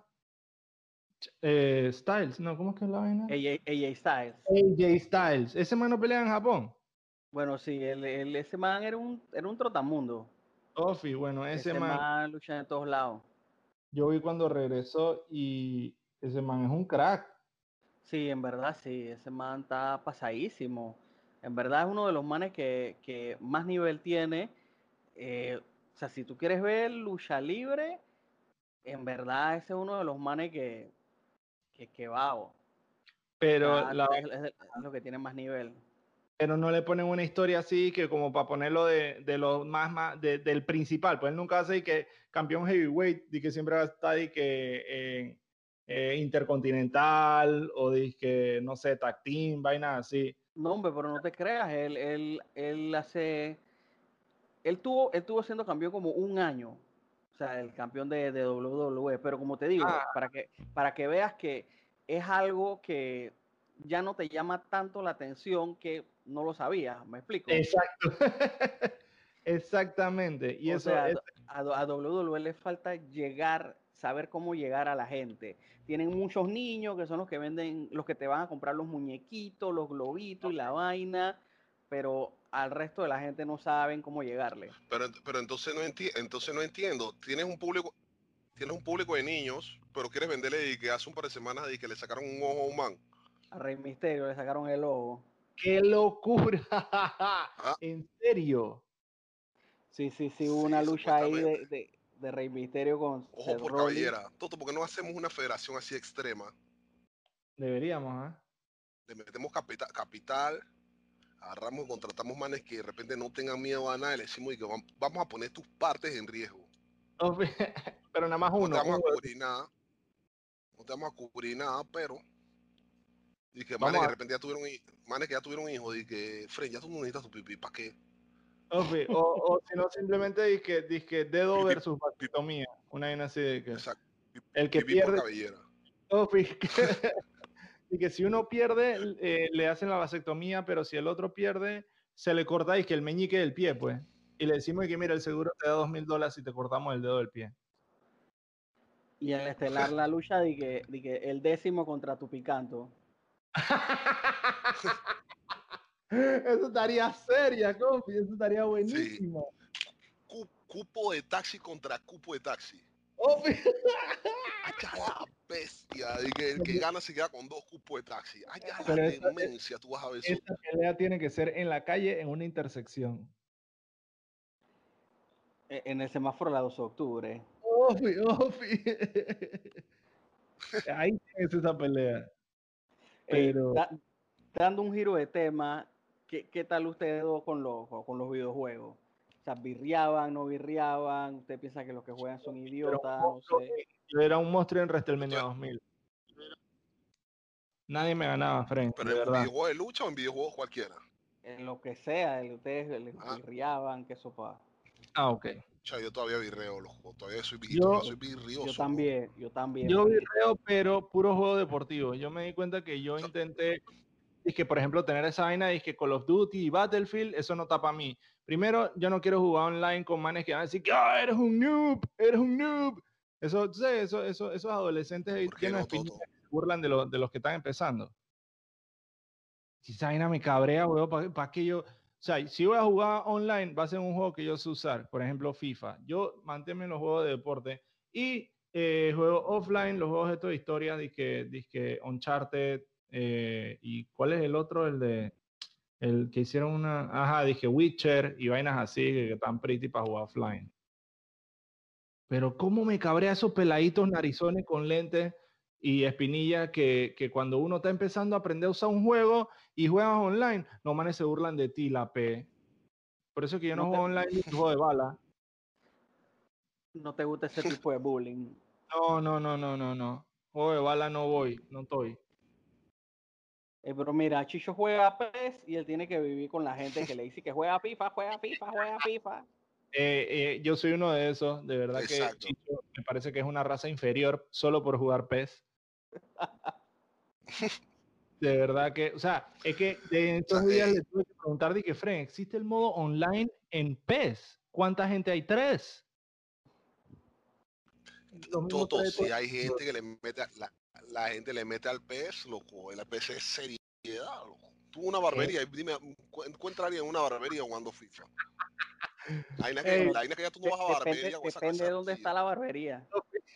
Styles, no, ¿cómo es que es la vaina? AJ Styles. AJ Styles. Ese man no pelea en Japón. Bueno, sí, ese man era un trotamundo. Ofi, bueno, ese Ese man, man lucha en todos lados. yo vi cuando regresó y ese man es un crack. Sí, en verdad sí, ese man está pasadísimo. En verdad es uno de los manes que más nivel tiene. O sea, si tú quieres ver lucha libre, en verdad ese es uno de los manes que va. Pero Es lo que tiene más nivel. pero no le ponen una historia así que como para ponerlo de lo del principal, pues él nunca hace que campeón heavyweight, y que siempre va a estar y que intercontinental o de que no sé, tag team, vainas así. No, hombre, pero no te creas, él tuvo siendo campeón como un año. O sea, el campeón de WWE. Pero como te digo, Ah, para que veas que es algo que ya no te llama tanto la atención que no lo sabías. ¿Me explico? exacto. Exactamente. Y O eso sea, es a WWE le falta saber cómo llegar a la gente. Tienen muchos niños que son los que venden, los que te van a comprar los muñequitos, los globitos y la vaina, pero al resto de la gente no saben cómo llegarle. Pero entonces no entiendo. Tienes un público de niños, pero quieres venderle y que hace un par de semanas y que le sacaron un ojo a un man. A Rey Misterio le sacaron el ojo. ¡Qué locura! Ah, ¿En serio? Sí, hubo una sí, lucha ahí supuestamente. de Rey Misterio con Ojo Seth por Rollins. cabellera. Toto, ¿por qué no hacemos una federación así extrema? Deberíamos, ¿ah? Le metemos capital, agarramos y contratamos manes que de repente no tengan miedo a nada y le decimos y que vamos a poner tus partes en riesgo. Pero nada más No te uno. vamos a cubrir nada, no te vamos a cubrir nada, pero y que manes Vamos que a de repente manes que ya tuvieron hijos y que, Fren, ya tú no necesitas tu pipí, ¿para qué? O si no, simplemente disque dedo Pipí, versus pipí, vasectomía. Una vaina así de que exacto, el que pipí por pierde, cabellera. Ofi, y que si uno pierde, le hacen la vasectomía, pero si el otro pierde, se le corta y que el meñique del pie, pues. Y le decimos que mira, el seguro te da $2,000 si te cortamos el dedo del pie. Y en el estelar la lucha de que el 10º contra Tupicanto. Eso estaría seria, compi, eso estaría Sí, buenísimo. cupo de taxi contra cupo de taxi. Ofi. ¡Allá la bestia! Y que el que gana se queda con 2 cupos de taxi. ¡Allá la Pero demencia! Tú vas a ver eso. esta pelea tiene que ser en la calle, en una intersección. En el semáforo la 12 de octubre. Ofi. Ahí es esa pelea. Pero dando un giro de tema, ¿qué tal ustedes dos con los videojuegos? O sea, ¿birriaban, no birriaban? ¿Usted piensa que los que juegan son idiotas? No sé. Yo era un monstruo en WrestleMania 2000. Nadie me ganaba, Frank, Pero de en un verdad. videojuego de lucha o en videojuegos cualquiera. En lo que sea, ustedes les birriaban, que sopa. Ok. O sea, yo todavía virreo los juegos, todavía soy virrioso. Yo también. Yo virreo, pero puro juego deportivo. Yo me di cuenta que yo intenté, dije, por ejemplo, tener esa vaina, dije, Call of Duty y Battlefield, eso no tapa a mí. Primero, yo no quiero jugar online con manes que van a decir que eres un noob. Eso, tú sabes, esos adolescentes llenos de espinillas que se burlan de los que están empezando. Si esa vaina me cabrea, weón, ¿para qué yo? O sea, si voy a jugar online, va a ser un juego que yo sé usar, por ejemplo, FIFA. Yo mantengo en los juegos de deporte y juego offline, los juegos estos de historia, disque Uncharted, y ¿cuál es el otro? El que hicieron dije Witcher y vainas así que están pretty para jugar offline. Pero cómo me cabrea esos peladitos narizones con lentes y espinilla que cuando uno está empezando a aprender a usar un juego y juegas online, los manes se burlan de ti, la P. Por eso que yo no juego online ni juego de bala. ¿No te gusta ese tipo de bullying? No. Juego de bala no voy, no estoy. Pero mira, Chicho juega PES y él tiene que vivir con la gente que le dice que juega FIFA. Yo soy uno de esos, de verdad. Exacto. Que Chicho me parece que es una raza inferior solo por jugar PES. De verdad que, o sea, es que de estos días le tuve que preguntar, dije, Fren, ¿existe el modo online en PES? ¿Cuánta gente hay? 3. Toto, si hay gente que le mete, la gente le mete al PES, loco, el PES es seriedad, loco. Tú una barbería, dime, encuentraría en una barbería jugando FIFA. La vaina que ya tú no vas a barbería. Depende de dónde está la barbería.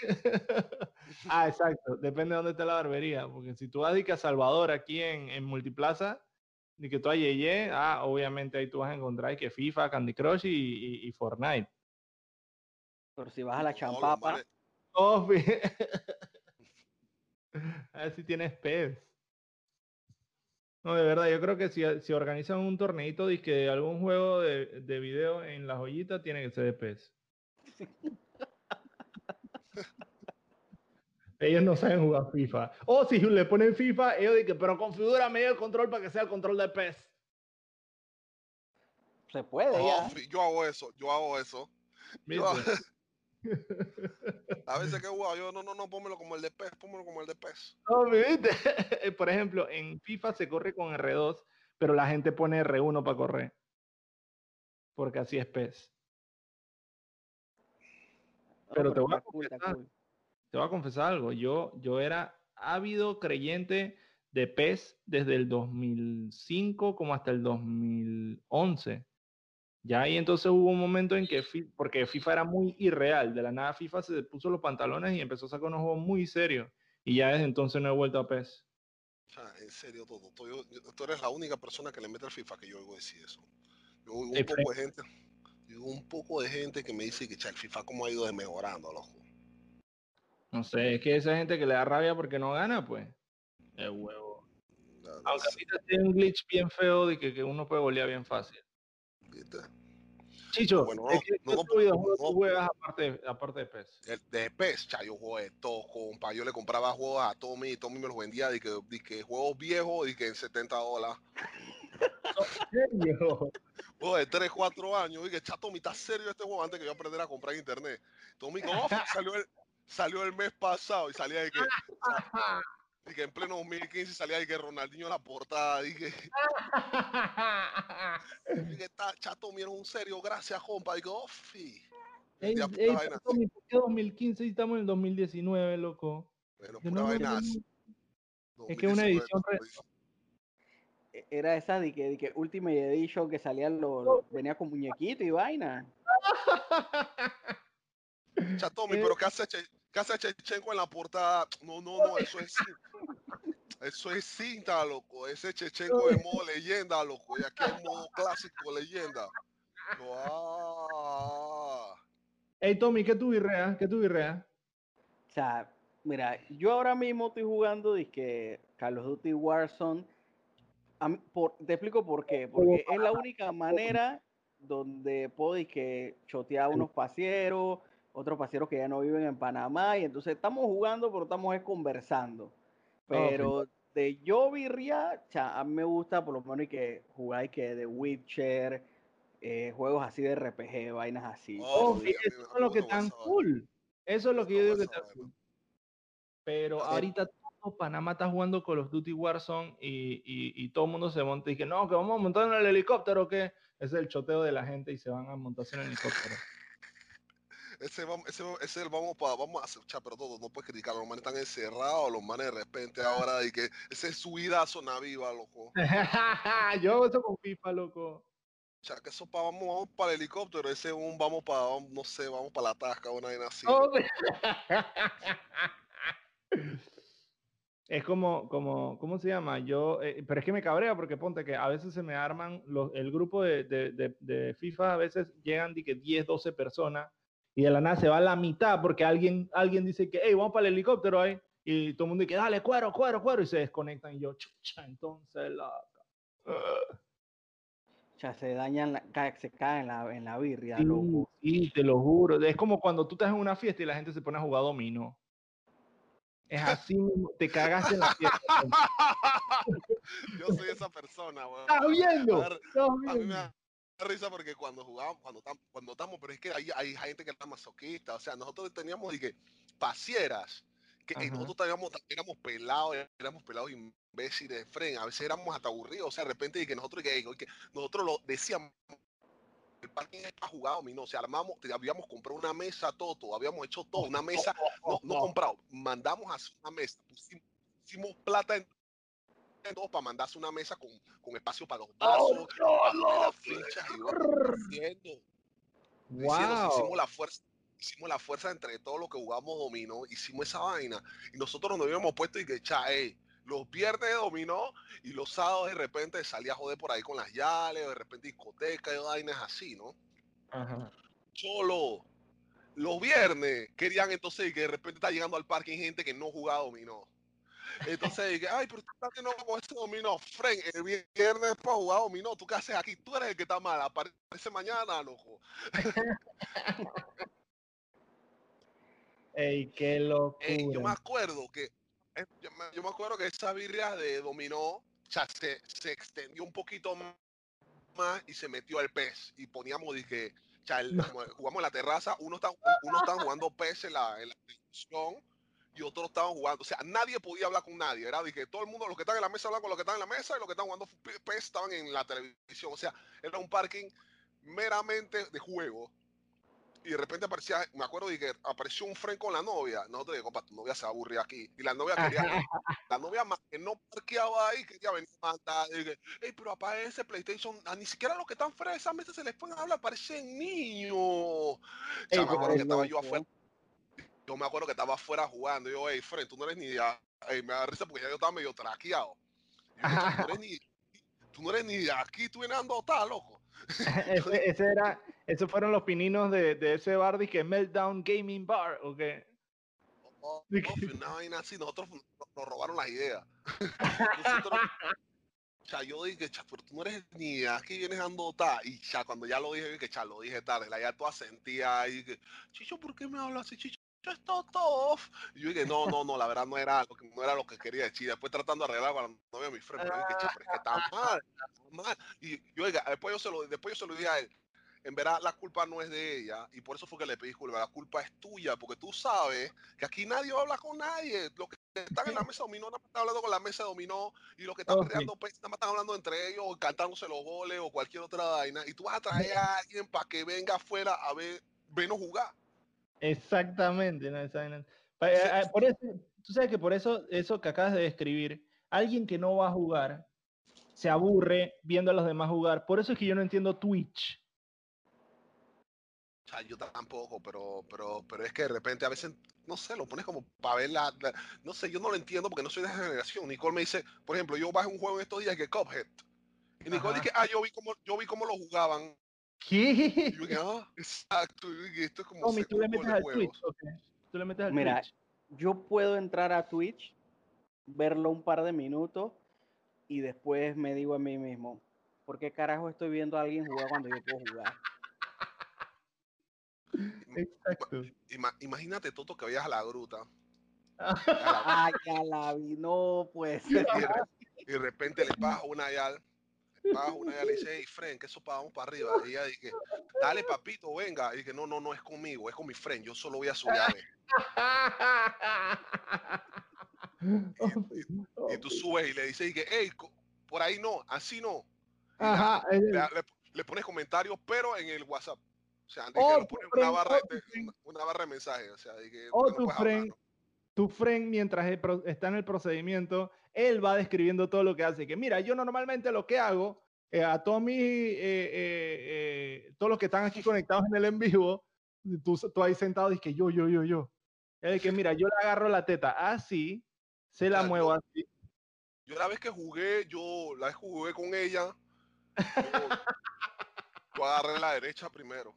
Exacto, depende de dónde está la barbería, porque si tú vas a Salvador aquí en Multiplaza, ni que tú a Yeye, obviamente ahí tú vas a encontrar que FIFA, Candy Crush y Fortnite. Pero si vas a la Champapa, a ver si tienes PES. No, de verdad, yo creo que si organizan un torneito de algún juego de video en la joyita, tiene que ser de PES. Ellos no saben jugar FIFA. O si le ponen FIFA, ellos dicen, pero configura medio el control para que sea el control de PES. Se puede ya. Yo hago eso. A veces que jugado, yo no, pónmelo como el de PES, No, ¿viste? Por ejemplo, en FIFA se corre con R2, pero la gente pone R1 para correr. Porque así es PES. Pero te voy a confesar algo. Yo era ávido creyente de PES desde el 2005 como hasta el 2011. Ya ahí entonces hubo un momento en que, porque FIFA era muy irreal, de la nada FIFA se puso los pantalones y empezó a sacar unos juegos muy serios. Y ya desde entonces no he vuelto a PES. O sea, en serio, todo. Tú eres la única persona que le mete al FIFA que yo oigo decir eso. Yo oigo un poco de gente que me dice que el FIFA como ha ido desmejorando, loco. No sé, es que esa gente que le da rabia porque no gana, pues. Es huevo. Aunque a mí tiene un glitch bien feo de que uno puede golear bien fácil. ¿Viste? Chicho, ¿qué videojuegos tú juegas aparte de PES? De PES, yo juego de todo, compa. Yo le compraba juegos a Tommy y Tommy me los vendía de que juegos viejos y que en $70. ¿En serio? Juego de 3, 4 años. Y que Tommy, ¿estás serio este juego? Antes que yo aprender a comprar en internet. Tommy, salió el mes pasado y salía de que... Y que en pleno 2015 salía de que Ronaldinho en la portada. Y que Chato, mira, un serio, gracias, compa. Y que, Tommy, ¿por qué 2015 y estamos en el 2019, loco? Bueno, pura vaina. Es que una edición... Era esa de que Ultimate Edition que salían venía con muñequito y vaina. Chatomi, pero ¿qué hace Chechenko en la portada? No, eso es cinta, loco. Ese Chechenko es modo leyenda, loco. Y aquí es modo clásico leyenda. Hey, Tommy, ¿qué tú birreas? ¿Qué tú birreas? O sea, mira, yo ahora mismo estoy jugando dizque Call of Duty Warzone. Te explico por qué. Porque es la única manera donde puedo dizque chotear a unos pasieros, otros pasieros que ya no viven en Panamá. Y entonces estamos jugando, pero estamos conversando. Oh, fino. Pero de yo birria, o sea, a mí me gusta por lo menos que jugar y que The Witcher, juegos así de RPG, vainas así. Oh, Pero Oh, sí, esos a son mí me los que gusta jugar están esa vaina. cool. Eso Me es lo que gusta yo jugar digo que esa está vaina. cool. Pero Así. ahorita todo Panamá está jugando Call of Duty Warzone y todo el mundo se monta y que no, que vamos a montar en el helicóptero, que ese es el choteo de la gente y se van a montarse en el helicóptero. Ese vamos a hacer, pero todo, no puedes criticar, los manes están encerrados, los manes de repente ahora, y que ese es su vida zona viva, loco. Yo hago eso con FIFA, loco. Cha, que eso vamos para el helicóptero, ese es un vamos para, no sé, vamos para la tasca, una vaina así. Oh, es ¿cómo se llama? Pero es que me cabrea porque ponte que a veces se me arman, el grupo de FIFA, a veces llegan de que 10, 12 personas y de la nada se va a la mitad porque alguien dice que, hey, vamos para el helicóptero ahí. Y todo el mundo dice, dale, cuero, cuero, cuero, y se desconectan y yo, chucha, entonces o sea, se dañan, se caen en la birria, Sí, loco. sí, te lo juro. Es como cuando tú estás en una fiesta y la gente se pone a jugar dominó. Es así mismo, te cagaste en la fiesta. Yo soy esa persona, weón. ¿Estás viendo? ¿Estás A mí me viendo? da risa porque cuando jugamos, cuando estamos, pero es que hay gente que está masoquista, o sea, nosotros teníamos y que pasieras, que Ajá. nosotros éramos pelados imbéciles de frente, a veces éramos hasta aburridos, o sea, de repente y que nosotros lo decíamos, el parking está jugado, no, o sea, habíamos comprado una mesa, todo, habíamos hecho todo, una mesa, no comprado, mandamos a hacer una mesa, pusimos plata en todos para mandarse una mesa con espacio para los Oh, vasos, no, para poner las loco. fichas y diciendo, si Wow. hicimos la fuerza entre todos los que jugamos dominó, hicimos esa vaina y nosotros nos habíamos puesto y que los viernes de dominó y los sábados de repente salía a joder por ahí con las yales, o de repente discoteca y vainas así, ¿no? Ajá. Solo los viernes querían entonces y que de repente está llegando al parque gente que no jugaba dominó. Entonces dije, ay, pero tú estás que no con ese dominó, Fren, el viernes para jugar dominó, ¿tú qué haces aquí? Tú eres el que está mal, aparece mañana, loco. Ey, qué Yo locura. me acuerdo que esa birria de dominó, ya se extendió un poquito más y se metió al pez y poníamos, dije, como jugamos en la terraza, uno estaba jugando pez en la televisión y otros estaban jugando, o sea, nadie podía hablar con nadie, era de que todo el mundo, los que están en la mesa hablaban con los que están en la mesa y los que estaban jugando pez estaban en la televisión, o sea, era un parking meramente de juego. Y de repente me acuerdo de que apareció un friend con la novia. Nosotros dijimos, compa, tu novia se aburría aquí. Y la novia la novia más que no parqueaba ahí, quería venir a matar. Y dije, hey, pero apaga ese PlayStation, ni siquiera los que están fuera de esa mesa se les pueden hablar, parecen niños. Ey, Ya me acuerdo Ay, que estaba yo loco. afuera, yo me acuerdo que estaba afuera jugando. Y yo, hey, friend, tú no eres ni de hey, me da risa porque ya yo estaba medio traqueado. Y yo dije, tú no eres ni de aquí, tú vienes andando tal, loco. Yo dije, esos fueron los pininos de ese bar de que Meltdown Gaming Bar, ¿o qué? una vaina así, nosotros nos robaron las ideas. Nosotros, yo dije, pero tú no eres ni aquí vienes dando ta. Y cuando ya lo dije, que lo dije tarde, la ya toda sentía ahí que, Chicho, ¿por qué me hablas así, Chicho? Esto tough. Y yo dije, no, la verdad no era lo que quería decir. Después tratando de arreglar con la novia de mi friend, pero yo dije, pero es que está mal, está mal. Y yo, oiga, después yo se lo dije a él. En verdad, la culpa no es de ella, y por eso fue que le pedí disculpas. La culpa es tuya, porque tú sabes que aquí nadie va a hablar con nadie. Los que están en la mesa dominó, nada más están hablando con la mesa dominó, y los que están Oh, sí. perreando, pues, nada más están hablando entre ellos, o cantándose los goles, o cualquier otra vaina. Y tú vas a traer a alguien para que venga afuera a vernos jugar. Exactamente, ¿no? Entonces, Por eso, tú sabes que por eso que acabas de describir, alguien que no va a jugar se aburre viendo a los demás jugar. Por eso es que yo no entiendo Twitch. yo tampoco, pero es que de repente a veces, no sé, lo pones como para ver no sé, yo no lo entiendo porque no soy de esa generación. Nicole me dice, por ejemplo, yo bajé un juego en estos días que Cuphead. Y Nicole dice, yo vi cómo lo jugaban. ¿Qué? Y yo dije, exacto. Y dije, esto es como Tommy, tú le Google metes de al juegos. Twitch, ¿ok? Tú le metes al Mira, Twitch. yo puedo entrar a Twitch, verlo un par de minutos y después me digo a mí mismo, ¿por qué carajo estoy viendo a alguien jugar cuando yo puedo jugar? Exacto. Imagínate, Toto, que vayas a la gruta. Ay, ya la vi, no, pues. Y de repente le pagas una yal. Le dice, hey, friend, que eso vamos para arriba. Y ella dice, dale, papito, venga. Y dije, no, es conmigo, es con mi friend. Yo solo voy a su llave. Y tú subes y le dices, hey, por ahí no, así no. Y Ajá, le pones comentarios, pero en el WhatsApp. O sea, dije, o lo tu pones friend, una barra de mensajes. O sea, dije, o porque no tu puedes hablar, friend, ¿no? tu friend, mientras está en el procedimiento, él va describiendo todo lo que hace. Que mira, yo normalmente lo que hago, a Tommy, todos los que están aquí conectados en el en vivo, tú ahí sentado, dices que yo. Es que mira, yo le agarro la teta así, se la O sea, muevo así. yo la vez que jugué, la vez que jugué con ella, yo agarré la derecha primero.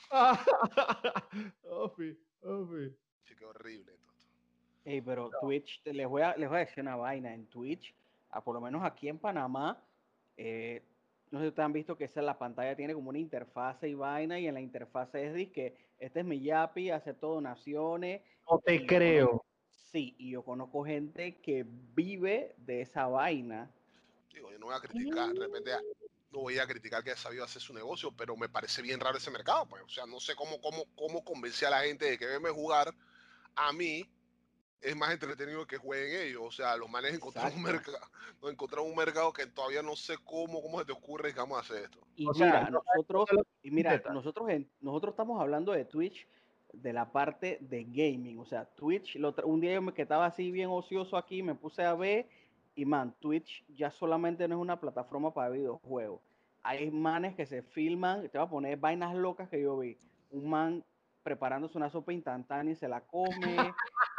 Ofi. Sí, qué horrible, Toto. Ey, pero Twitch, les voy a decir una vaina. En Twitch, por lo menos aquí en Panamá, no sé si ustedes han visto que esa la pantalla tiene como una interfase y vaina, y en la interfase es que este es mi Yapi, acepto donaciones. No te Y creo. sí, y yo conozco gente que vive de esa vaina. Digo, yo no voy a criticar, de repente no voy a criticar que haya sabido hacer su negocio, pero me parece bien raro ese mercado, pues. O sea, no sé cómo convencer a la gente de que verme jugar a mí es más entretenido que jueguen ellos. O sea, los manes Exacto. encontraron un mercado que todavía no sé cómo se te ocurre que vamos a hacer esto. Y O sea, mira, no te lo nosotros estamos hablando de Twitch de la parte de gaming. O sea, Twitch, un día yo me quedaba así bien ocioso aquí, me puse a ver y man, Twitch ya solamente no es una plataforma para videojuegos. Hay manes que se filman, te voy a poner vainas locas que yo vi. Un man preparándose una sopa instantánea y se la come.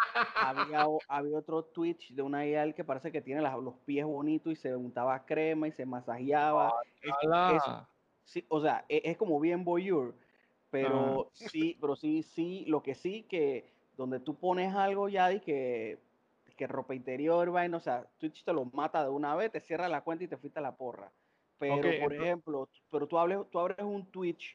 Había otro Twitch de una IAL que parece que tiene los pies bonitos y se untaba crema y se masajeaba. Es, Ojalá. sí, o sea, es como bien voyeur, Ah, pero sí, lo que sí que donde tú pones algo ya de que ropa interior, vaina, o sea, Twitch te lo mata de una vez, te cierra la cuenta y te fuiste a la porra. ok, Pero, por ejemplo, tú abres un Twitch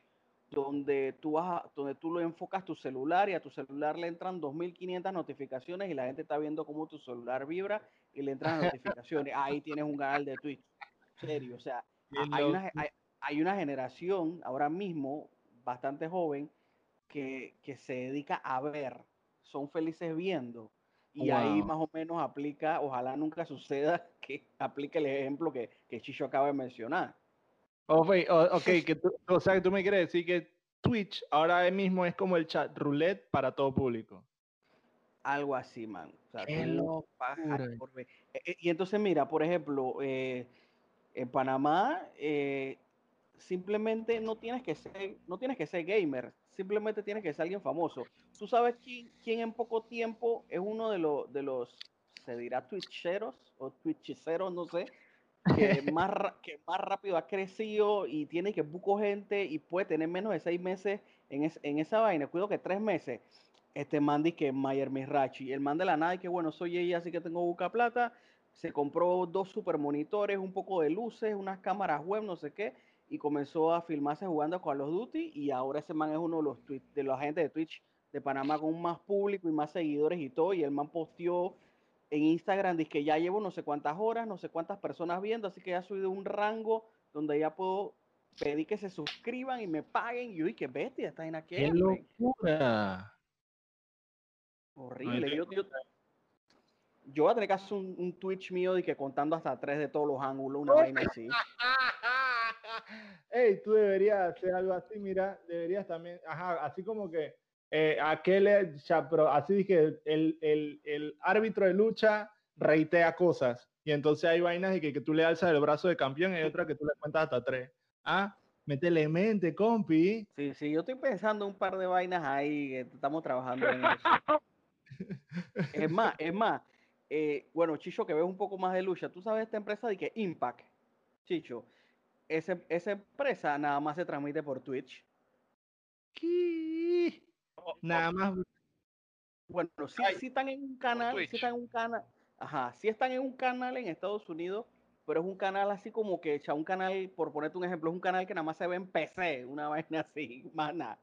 donde tú lo enfocas tu celular y a tu celular le entran 2.500 notificaciones y la gente está viendo cómo tu celular vibra y le entran notificaciones. Ahí tienes un canal de Twitch. Serio, o sea, qué hay loco. hay una generación ahora mismo bastante joven que se dedica a ver, son felices viendo. Y ahí Wow. más o menos aplica, ojalá nunca suceda que aplique el ejemplo que Chicho acaba de mencionar. Ok, o sea, que tú me quieres decir que Twitch ahora mismo es como el chat roulette para todo público. Algo así, man. O sea, Qué tú pagas locura. por ver. Y entonces, mira, por ejemplo, en Panamá, simplemente no tienes que ser gamer, simplemente tienes que ser alguien famoso. ¿Tú sabes quién en poco tiempo es uno se dirá twitcheros o twitchiceros, no sé, que más rápido ha crecido y tiene que buco gente y puede tener menos de 6 meses en esa vaina? Cuido que 3 meses. Este man dice que Mayer Mirachi, el man de la nada, y que bueno, soy ella, así que tengo buca plata. Se compró 2 supermonitores, un poco de luces, unas cámaras web, no sé qué, y comenzó a filmarse jugando a Call of Duty. Y ahora ese man es uno de los agentes de Twitch de Panamá con más público y más seguidores y todo. Y el man posteó en Instagram, dice que ya llevo no sé cuántas horas, no sé cuántas personas viendo, así que ya soy de un rango donde ya puedo pedir que se suscriban y me paguen. Y yo, y qué bestia, está en Qué aquel, locura. No, horrible. Yo voy a tener que hacer un Twitch mío de que contando hasta 3 de todos los ángulos, una vaina así. Ey, tú deberías hacer algo así, mira, deberías también, ajá, así como que pero así dije, el árbitro de lucha reitea cosas, y entonces hay vainas de que tú le alzas el brazo de campeón y hay otra que tú le cuentas hasta 3. Ah, métele mente, compi. Sí, yo estoy pensando un par de vainas ahí, estamos trabajando en eso. Es más, bueno, Chicho, que ves un poco más de lucha, tú sabes esta empresa de que Impact, Chicho, esa empresa nada más se transmite por Twitch. ¿Qué? Nada más. Bueno, sí, Ay, sí están en un canal, sí Twitch. están en un canal, ajá, sí están en un canal en Estados Unidos, pero es un canal así como que, un canal, por ponerte un ejemplo, es un canal que nada más se ve en PC, una vaina así, más nada.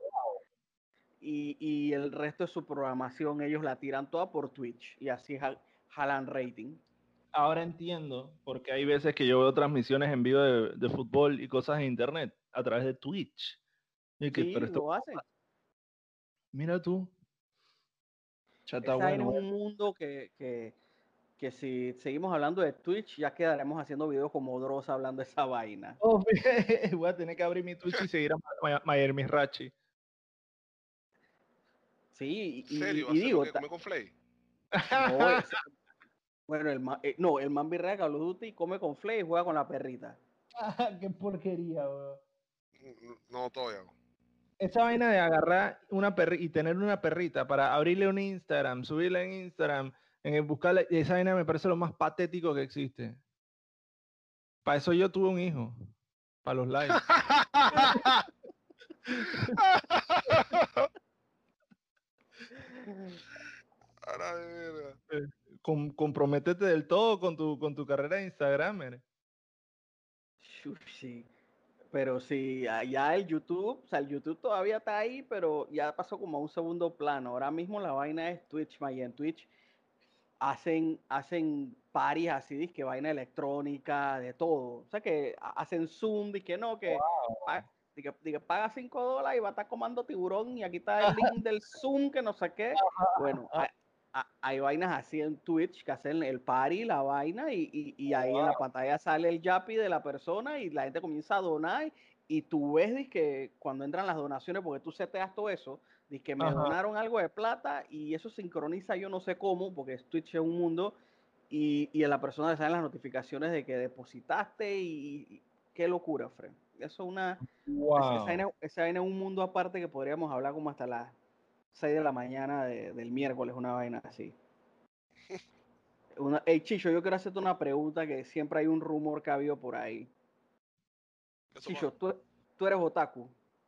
Y el resto de su programación ellos la tiran toda por Twitch y así jalan rating. ahora entiendo, porque hay veces que yo veo transmisiones en vivo de fútbol y cosas en internet a través de Twitch. Y que, Sí, pero esto, lo hacen. mira tú, chata Esa vaina bueno. es un mundo que si seguimos hablando de Twitch, ya quedaremos haciendo videos como Dross hablando de esa vaina. Oh, voy a tener que abrir mi Twitch y seguir a Mayer Misrachi. Sí, ¿En serio? y ¿Hacer lo digo, que come con Flay? no, bueno, el man virrea Call of Duty come con Flay y juega con la perrita. Qué porquería, weón. No, todavía. Esa vaina de agarrar una perrita y tener una perrita para abrirle un Instagram, subirla en Instagram, buscarla, esa vaina me parece lo más patético que existe. Para eso yo tuve un hijo, para los likes. Ahora de verdad. Comprométete del todo con tu carrera de Instagramer. Sí, pero sí, ya el YouTube, o sea, el YouTube todavía está ahí, pero ya pasó como a un segundo plano. Ahora mismo la vaina es Twitch, y en Twitch hacen paris así, que vaina electrónica, de todo. O sea, que hacen Zoom, que no, que paga $5 y va a estar comando tiburón y aquí está el link del Zoom, que no sé qué. Bueno, hay vainas así en Twitch que hacen el party, la vaina, y ahí en la pantalla sale el yapi de la persona y la gente comienza a donar y tú ves que cuando entran las donaciones, porque tú seteas todo eso, de que me Ajá. donaron algo de plata y eso sincroniza yo no sé cómo, porque Twitch es un mundo y a la persona le salen las notificaciones de que depositaste y qué locura, Fred. Eso es Wow. esa vaina es un mundo aparte que podríamos hablar como hasta las 6 de la mañana del miércoles, una vaina así. Hey, Chicho, yo quiero hacerte una pregunta que siempre hay un rumor que ha habido por ahí. Eso Chicho, va. tú eres otaku.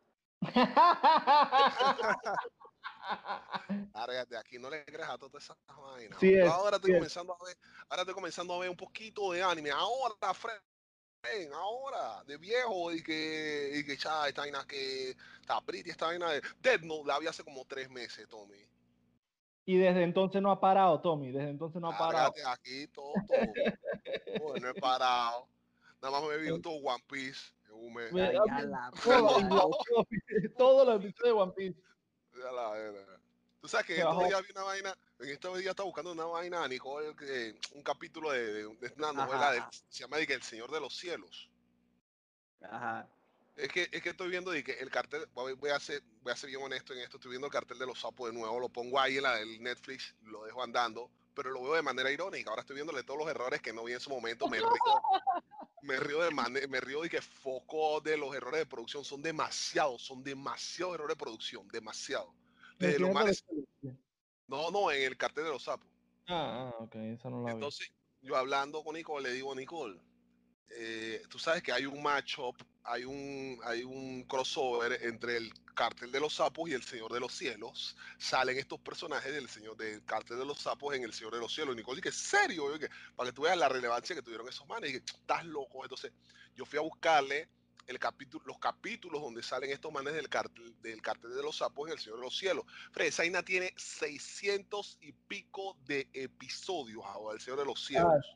Ahora de aquí no le creas a todas esas vainas. Sí Yo es, ahora sí estoy es. comenzando a ver, un poquito de anime. Ahora, Fred, ahora, de viejo, y que ya, esta vaina que está pretty, esta vaina de Death Note la vi hace como 3 meses, Tommy. Y desde entonces no ha parado, Tommy, desde entonces no ha parado. Lárgate aquí, Toto. Oh, no he parado. Nada más me he visto One Piece en un mes. Ay, a la Todos los episodios de One Piece. Ya la era. Tú sabes que Se en estos bajó. días vi una vaina, en estos días estaba buscando una vaina, Nicole, un capítulo de una novela Ajá, se llama de que El Señor de los Cielos. ajá. Es que estoy viendo de que el cartel, voy a ser bien honesto en esto, estoy viendo el cartel de los sapos de nuevo, lo pongo ahí en la del Netflix, lo dejo andando, pero lo veo de manera irónica. Ahora estoy viéndole todos los errores que no vi en su momento, me río de que foco de los errores de producción son demasiados errores de producción, demasiado. El Desde los Señor de los manes, Cielos. no, en el cartel de los sapos. Ok, esa no la vi. Entonces, yo hablando con Nicole, le digo, Nicole, tú sabes que hay un matchup, hay un crossover entre el Cártel de los Sapos y el Señor de los Cielos. Salen estos personajes del Cártel de los Sapos en el Señor de los Cielos. Y Nicole dice, ¿serio? Yo, para que tú veas la relevancia que tuvieron esos manes. Y dije, estás loco. Entonces, yo fui a buscarle los capítulos donde salen estos manes del Cártel de los Sapos en el Señor de los Cielos. Fred, esa vaina tiene 600 y pico de episodios ahora, el Señor de los Ah, Cielos.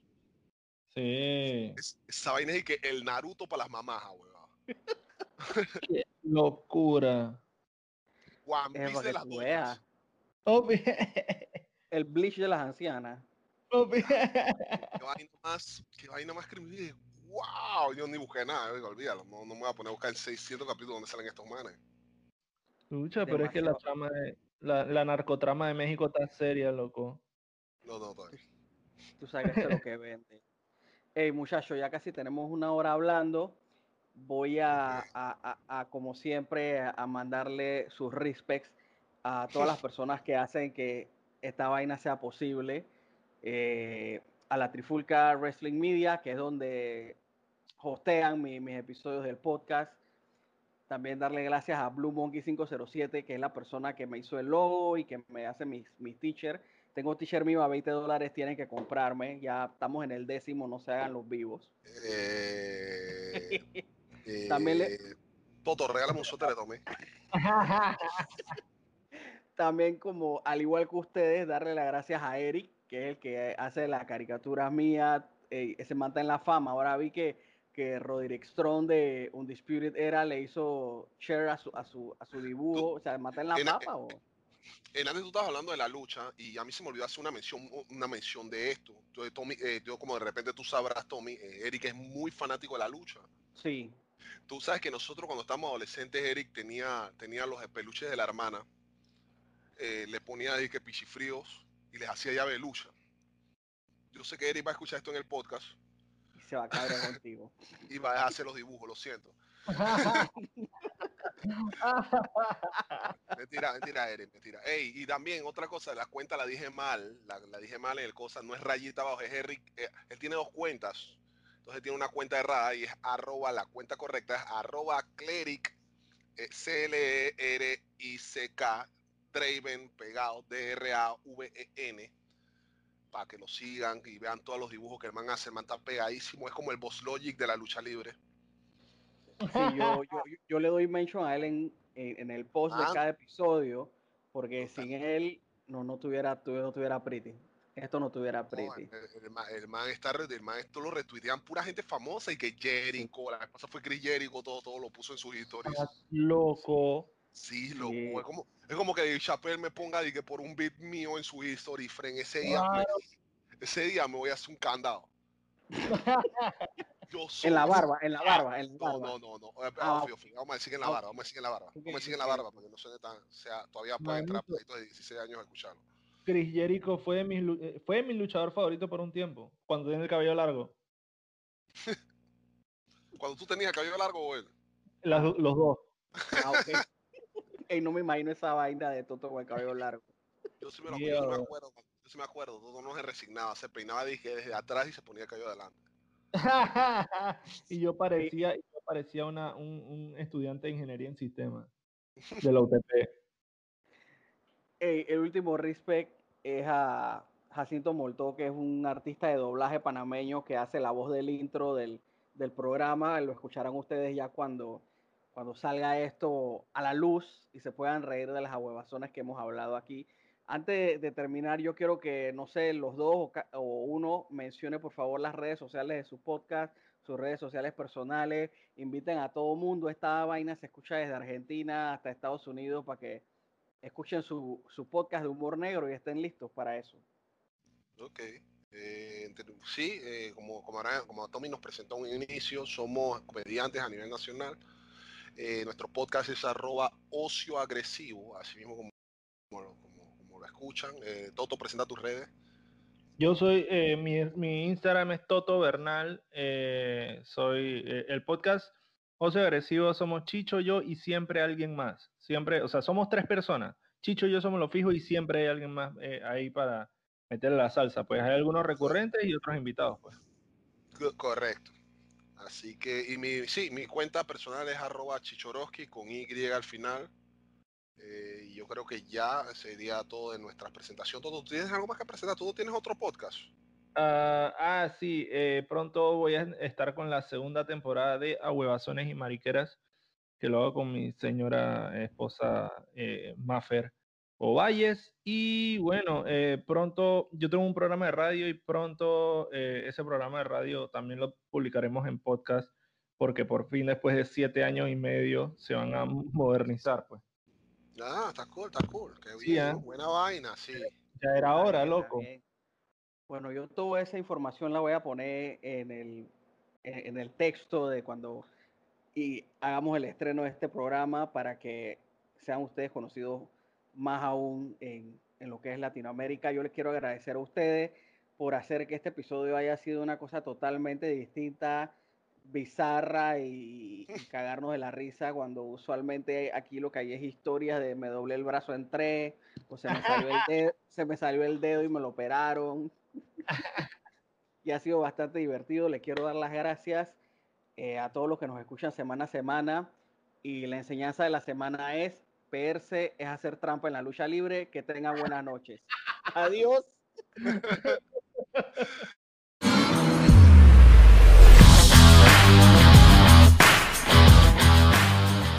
sí. Esa vaina es que el Naruto para las mamás, weón. Qué locura. One Es Piece para de que las tú veas. doñas. Opi. El Bleach de las ancianas. Opi. Qué vaina más criminal. ¡Wow! Yo ni busqué nada, olvídalo. No me voy a poner a buscar en 600 capítulos donde salen estos manes. Lucha, pero es que Demasiado. la narcotrama de México está seria, loco. No, Tú, todavía. tú sabes que eso es lo que vende. Hey, muchachos, ya casi tenemos una hora hablando. Voy como siempre, a mandarle sus respects a todas las personas que hacen que esta vaina sea posible. A la Trifulca Wrestling Media, que es donde hostean mis episodios del podcast. También darle gracias a Blue Monkey 507, que es la persona que me hizo el logo y que me hace mis t-shirts. Tengo t-shirt mío a $20, tienen que comprarme. Ya estamos en el 10º, no se hagan los vivos. También Toto, regálame un suéter de Tommy. También, como al igual que ustedes, darle las gracias a Eric, que es el que hace las caricaturas mías, se mantiene en la fama. Ahora vi que Roderick Strong de Undisputed Era le hizo share a su dibujo. O sea, mata en la fama. Antes tú estabas hablando de la lucha y a mí se me olvidó hacer una mención de esto. Entonces, Tommy, yo como de repente tú sabrás, Tommy, Eric es muy fanático de la lucha. Sí. Tú sabes que nosotros cuando estábamos adolescentes, Eric tenía los peluches de la hermana, le ponía que pichifríos y les hacía llave de lucha. Yo sé que Eric va a escuchar esto en el podcast. Y se va a cabrear contigo. Y va a hacer los dibujos, lo siento. Mentira, Eric, mentira. Ey, y también otra cosa, la cuenta la dije mal, la dije mal en el cosa, no es rayita abajo, es Eric, él tiene 2 cuentas, entonces tiene una cuenta errada y es @ la cuenta correcta es @cleric, CLERICK, Draven, pegado, DRAVEN, para que lo sigan y vean todos los dibujos que el man hace, el man está pegadísimo, es como el Boss Logic de la lucha libre. Sí, yo le doy mention a él en el post de cada episodio, porque sin él no tuviera Pretty. Esto no tuviera Pretty. El man esto lo retuitean pura gente famosa y que Jericho, la vez pasada fue Chris Jericho, todo lo puso en sus historias. Loco. Sí, loco. Es como que Chappelle me ponga y que por un beat mío en su history, Fren, ese día me voy a hacer un candado. En la barba. No. Vamos a decir en la barba. Vamos a decir en la barba porque no suene tan, todavía pueden entrar peditos de 16 años a escucharlo. Chris Jericho fue mi luchador favorito por un tiempo, cuando tenía el cabello largo. ¿Cuando tú tenías el cabello largo o él? Los dos. Okay. Ey, no me imagino esa vaina de Toto con el cabello largo. Yo sí me acuerdo. Toto no se resignaba, se peinaba desde atrás y se ponía el cabello adelante. Y yo parecía un estudiante de ingeniería en sistemas de la UTP. El último respect es a Jacinto Moltó, que es un artista de doblaje panameño que hace la voz del intro del programa. Lo escucharán ustedes ya cuando salga esto a la luz y se puedan reír de las ahuevazones que hemos hablado aquí. Antes de terminar, yo quiero que, no sé, los dos o uno mencione por favor las redes sociales de su podcast, sus redes sociales personales. Inviten a todo mundo. Esta vaina se escucha desde Argentina hasta Estados Unidos para que escuchen su podcast de humor negro y estén listos para eso. Ok. Sí, como Tommy nos presentó en un inicio, somos comediantes a nivel nacional. Nuestro podcast es @ocioagresivo, así mismo como lo escuchan. Toto, presenta tus redes. Yo soy, mi Instagram es Toto Bernal, soy el podcast Ocio Agresivo, somos Chicho, yo y siempre alguien más. Siempre, o sea, somos 3 personas. Chicho y yo somos los fijos y siempre hay alguien más ahí para meterle la salsa. Pues hay algunos recurrentes y otros invitados, pues. Correcto. Así que, mi cuenta personal es @chichoroski con Y al final. Y yo creo que ya sería todo de nuestra presentación. ¿Tú tienes algo más que presentar? ¿Tú tienes otro podcast? Sí, pronto voy a estar con la segunda temporada de Ahuevazones y Mariqueras, que lo hago con mi señora esposa Mafer Ovalles. Y bueno, pronto yo tengo un programa de radio y pronto ese programa de radio también lo publicaremos en podcast, porque por fin después de 7 años y medio se van a modernizar, pues. Está cool, qué Sí, bien, buena vaina, sí. Ya era hora, loco. Bueno, yo toda esa información la voy a poner en el texto de cuando hagamos el estreno de este programa para que sean ustedes conocidos más aún en lo que es Latinoamérica. Yo les quiero agradecer a ustedes por hacer que este episodio haya sido una cosa totalmente distinta, bizarra y cagarnos de la risa, cuando usualmente aquí lo que hay es historias de me doblé el brazo en 3 o se me salió el dedo y me lo operaron. Y ha sido bastante divertido. Les quiero dar las gracias a todos los que nos escuchan semana a semana. Y la enseñanza de la semana es: perse es hacer trampa en la lucha libre. Que tengan buenas noches. Adiós.